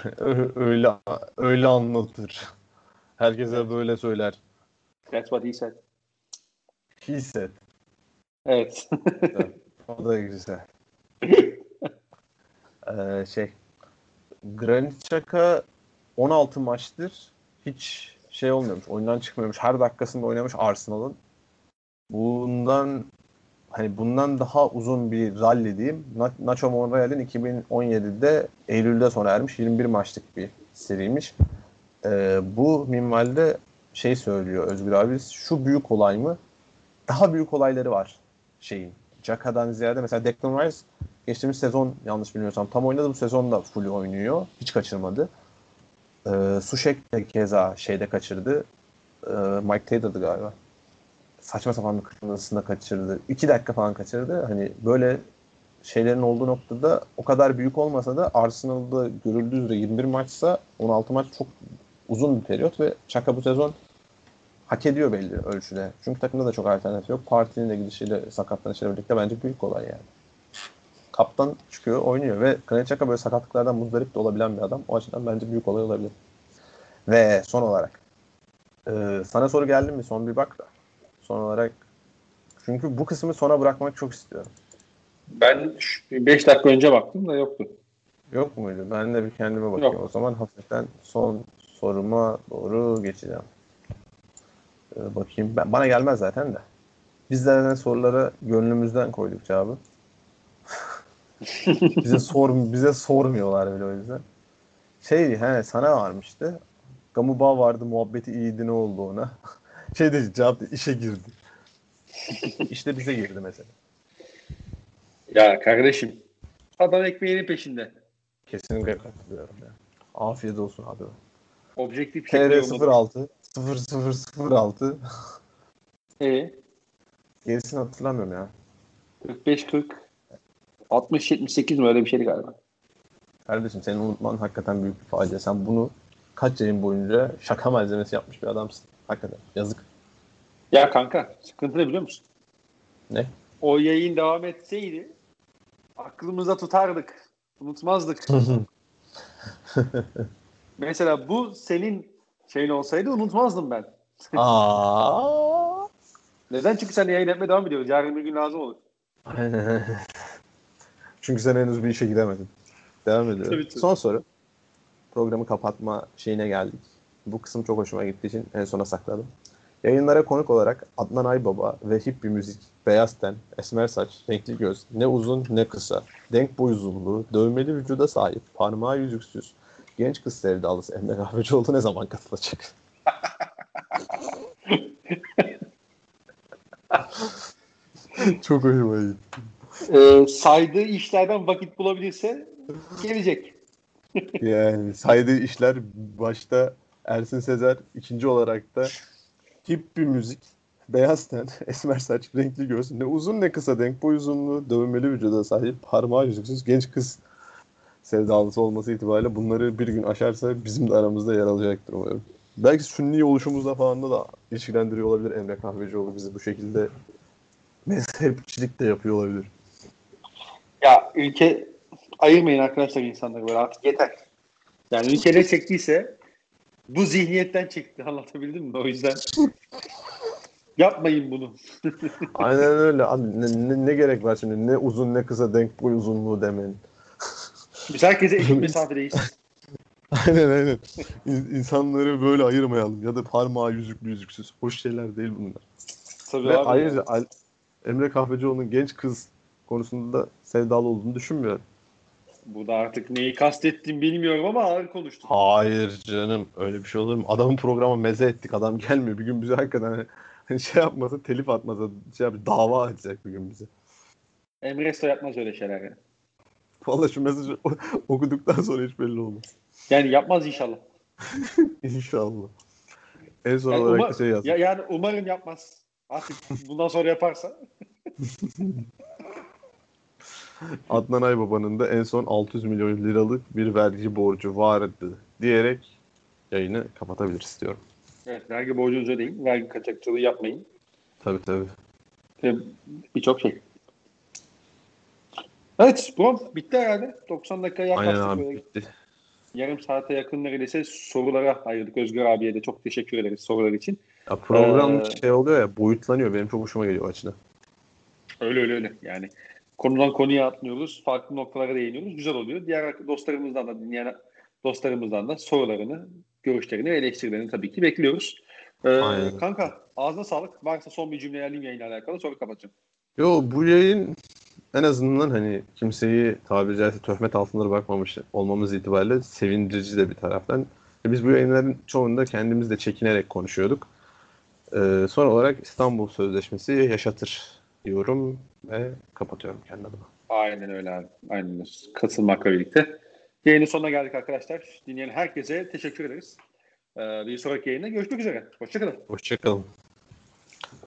Öyle öyle anlatır. Herkese böyle söyler. That's what he said. He said. Evet. O da güzel. Granit Xhaka 16 maçtır hiç şey olmuyormuş. Oyundan çıkmıyormuş. Her dakikasında oynamış Arsenal'ın. Bundan daha uzun bir rally diyeyim. Nacho Monreal'in 2017'de Eylül'de sona ermiş 21 maçlık bir seriymiş. Bu minvalde şey söylüyor Özgür abi. Şu büyük olay mı? Daha büyük olayları var şeyin. Xhaka'dan ziyade mesela Declan Rice geçtiğimiz sezon yanlış bilmiyorsam tam oynadı. Bu sezon da full oynuyor. Hiç kaçırmadı. Sušek de keza şeyde kaçırdı. Mike Taylor'dı galiba. Saçma sapan bir kırmızısında kaçırdı. 2 dakika falan kaçırdı. Hani böyle şeylerin olduğu noktada o kadar büyük olmasa da Arsenal'da görüldüğü üzere 21 maçsa 16 maç çok uzun bir periyot ve Xhaka bu sezon hak ediyor belli ölçüde. Çünkü takımda da çok alternatif yok. Partinin de gidişiyle sakatlanışıyla birlikte bence büyük olay yani. Kaptan çıkıyor, oynuyor ve Granit Xhaka böyle sakatlıklardan muzdarip de olabilen bir adam. O açıdan bence büyük olay olabilir. Ve son olarak sana soru geldi mi? Son bir bak da. Son olarak çünkü bu kısmı sona bırakmak çok istiyorum. Ben 5 dakika önce baktım da yoktu. Yok muydu? Ben de bir kendime bakayım. Yok. O zaman hafiften son soruma doğru geçeceğim. Bakayım. Bana gelmez zaten de. Biz de sorulara gönlümüzden koyduk cevabı. Bize sormuyorlar bile o yüzden. Sana varmıştı. Gamu vardı, muhabbeti iyiydi, ne oldu ona? Cevap işe girdi. İşte bize girdi mesela. Ya kardeşim, adam ekmeğinin peşinde. Kesinlikle katılıyorum ya. Afiyet olsun abi. Objektif bir şekilde yolladım. TR06 0006 gerisini hatırlamıyorum ya. 45-40 60-78 mi öyle bir şeydi galiba. Kardeşim senin unutman hakikaten büyük bir facia. Sen bunu kaç yayın boyunca şaka malzemesi yapmış bir adamsın. Hakikaten yazık. Ya kanka sıkıntı ne biliyor musun? Ne? O yayın devam etseydi aklımıza tutardık. Unutmazdık. Mesela bu senin şeyin olsaydı unutmazdım ben. Aa. Neden? Çünkü sen yayın etmeye devam ediyoruz. Yarın bir gün lazım olur. Çünkü sen henüz bir işe gidemedin. Devam ediyorum. Tabii. Son soru. Programı kapatma şeyine geldik. Bu kısım çok hoşuma gittiği için en sona sakladım. Yayınlara konuk olarak Adnan Aybaba ve Hippi Müzik, Beyaz Ten, Esmer Saç, Renkli Göz, ne uzun ne kısa, denk boy uzunluğu, dövmeli vücuda sahip, parmağı yüzüksüz, genç kız sevdalısı Emre Kahvecioğlu ne zaman katılacak? Çok hoşuma gitti. Saydığı işlerden vakit bulabilirse gelecek. Yani saydığı işler başta Ersin Sezer, ikinci olarak da Hippi Müzik, Beyaz ten, esmer saç, renkli göz, ne uzun ne kısa, denk boy uzunluğu, dövmeli vücuda sahip, parmağı yüzüksüz genç kız sevdalısı olması itibariyle bunları bir gün aşarsa bizim de aramızda yer alacaktır umarım. Belki sünni oluşumuzla falan da ilişkilendiriyor olabilir Emre Kahvecioğlu bizi bu şekilde mezhepçilik de yapıyor olabilir. Ya ülke ayırmayın arkadaşlar insanları böyle artık yeter. Yani ülke ne çektiyse bu zihniyetten çekti. Anlatabildim mi? O yüzden yapmayın bunu. Aynen öyle. Abi, ne gerek var şimdi? Ne uzun ne kısa denk boy uzunluğu demenin. Biz herkese eşit mesafedeyiz. Aynen. İnsanları böyle ayırmayalım. Ya da parmağı yüzüklü yüzüksüz. Hoş şeyler değil bunlar. Tabii Ve abi ayrıca ya. Emre Kahvecioğlu'nun genç kız konusunda da sevdalı olduğunu düşünmüyorum. Bu da artık neyi kastettiğimi bilmiyorum ama ağır konuştum. Hayır canım. Öyle bir şey olur mu? Adamın programa meze ettik. Adam gelmiyor. Bir gün bize hakikaten şey yapmasa, telif atmasa, dava açacak bir gün bize. Emre Soy yapmaz öyle şeyler ya. Vallahi şu mesajı okuduktan sonra hiç belli olmaz. Yani yapmaz inşallah. İnşallah. En son Yani, olarak da şey yazdım. yani umarım yapmaz. Artık bundan sonra yaparsa. Adnan Aybaba'nın da en son 600 milyon liralık bir vergi borcu vardı diyerek yayını kapatabiliriz diyorum. Evet, vergi borcunuzu ödeyin. Vergi kaçakçılığı yapmayın. Tabii. Birçok şey. Evet, bu bitti herhalde. 90 dakikaya Aynen yaklaştık abi böyle. bitti. yarım saate yakın neredeyse sorulara ayırdık. Özgür abiye de çok teşekkür ederiz sorular için. Ya program oluyor ya, boyutlanıyor. Benim çok hoşuma geliyor o açıdan. Öyle. Yani konudan konuya atlıyoruz. Farklı noktalara değiniyoruz. Güzel oluyor. Diğer dostlarımızdan da dinleyen dostlarımızdan da sorularını, görüşlerini ve eleştirilerini tabii ki bekliyoruz. Aynen. Kanka ağzına sağlık. Varsa son bir cümle alayım yayınla alakalı. Sonra kapatacağım. Yo, bu yayın en azından hani kimseyi tabiri caizse töhmet altında bırakmamış olmamız itibariyle sevindirici de bir taraftan. Biz bu yayınların çoğunda kendimiz de çekinerek konuşuyorduk. Son olarak İstanbul Sözleşmesi yaşatır diyorum ve kapatıyorum kendi adıma. Aynen öyle abi. Aynen öyle. Katılmakla birlikte. Yayının sonuna geldik arkadaşlar. Dinleyen herkese teşekkür ederiz. Bir sonraki yayında görüşmek üzere. Hoşçakalın. Hoşçakalın.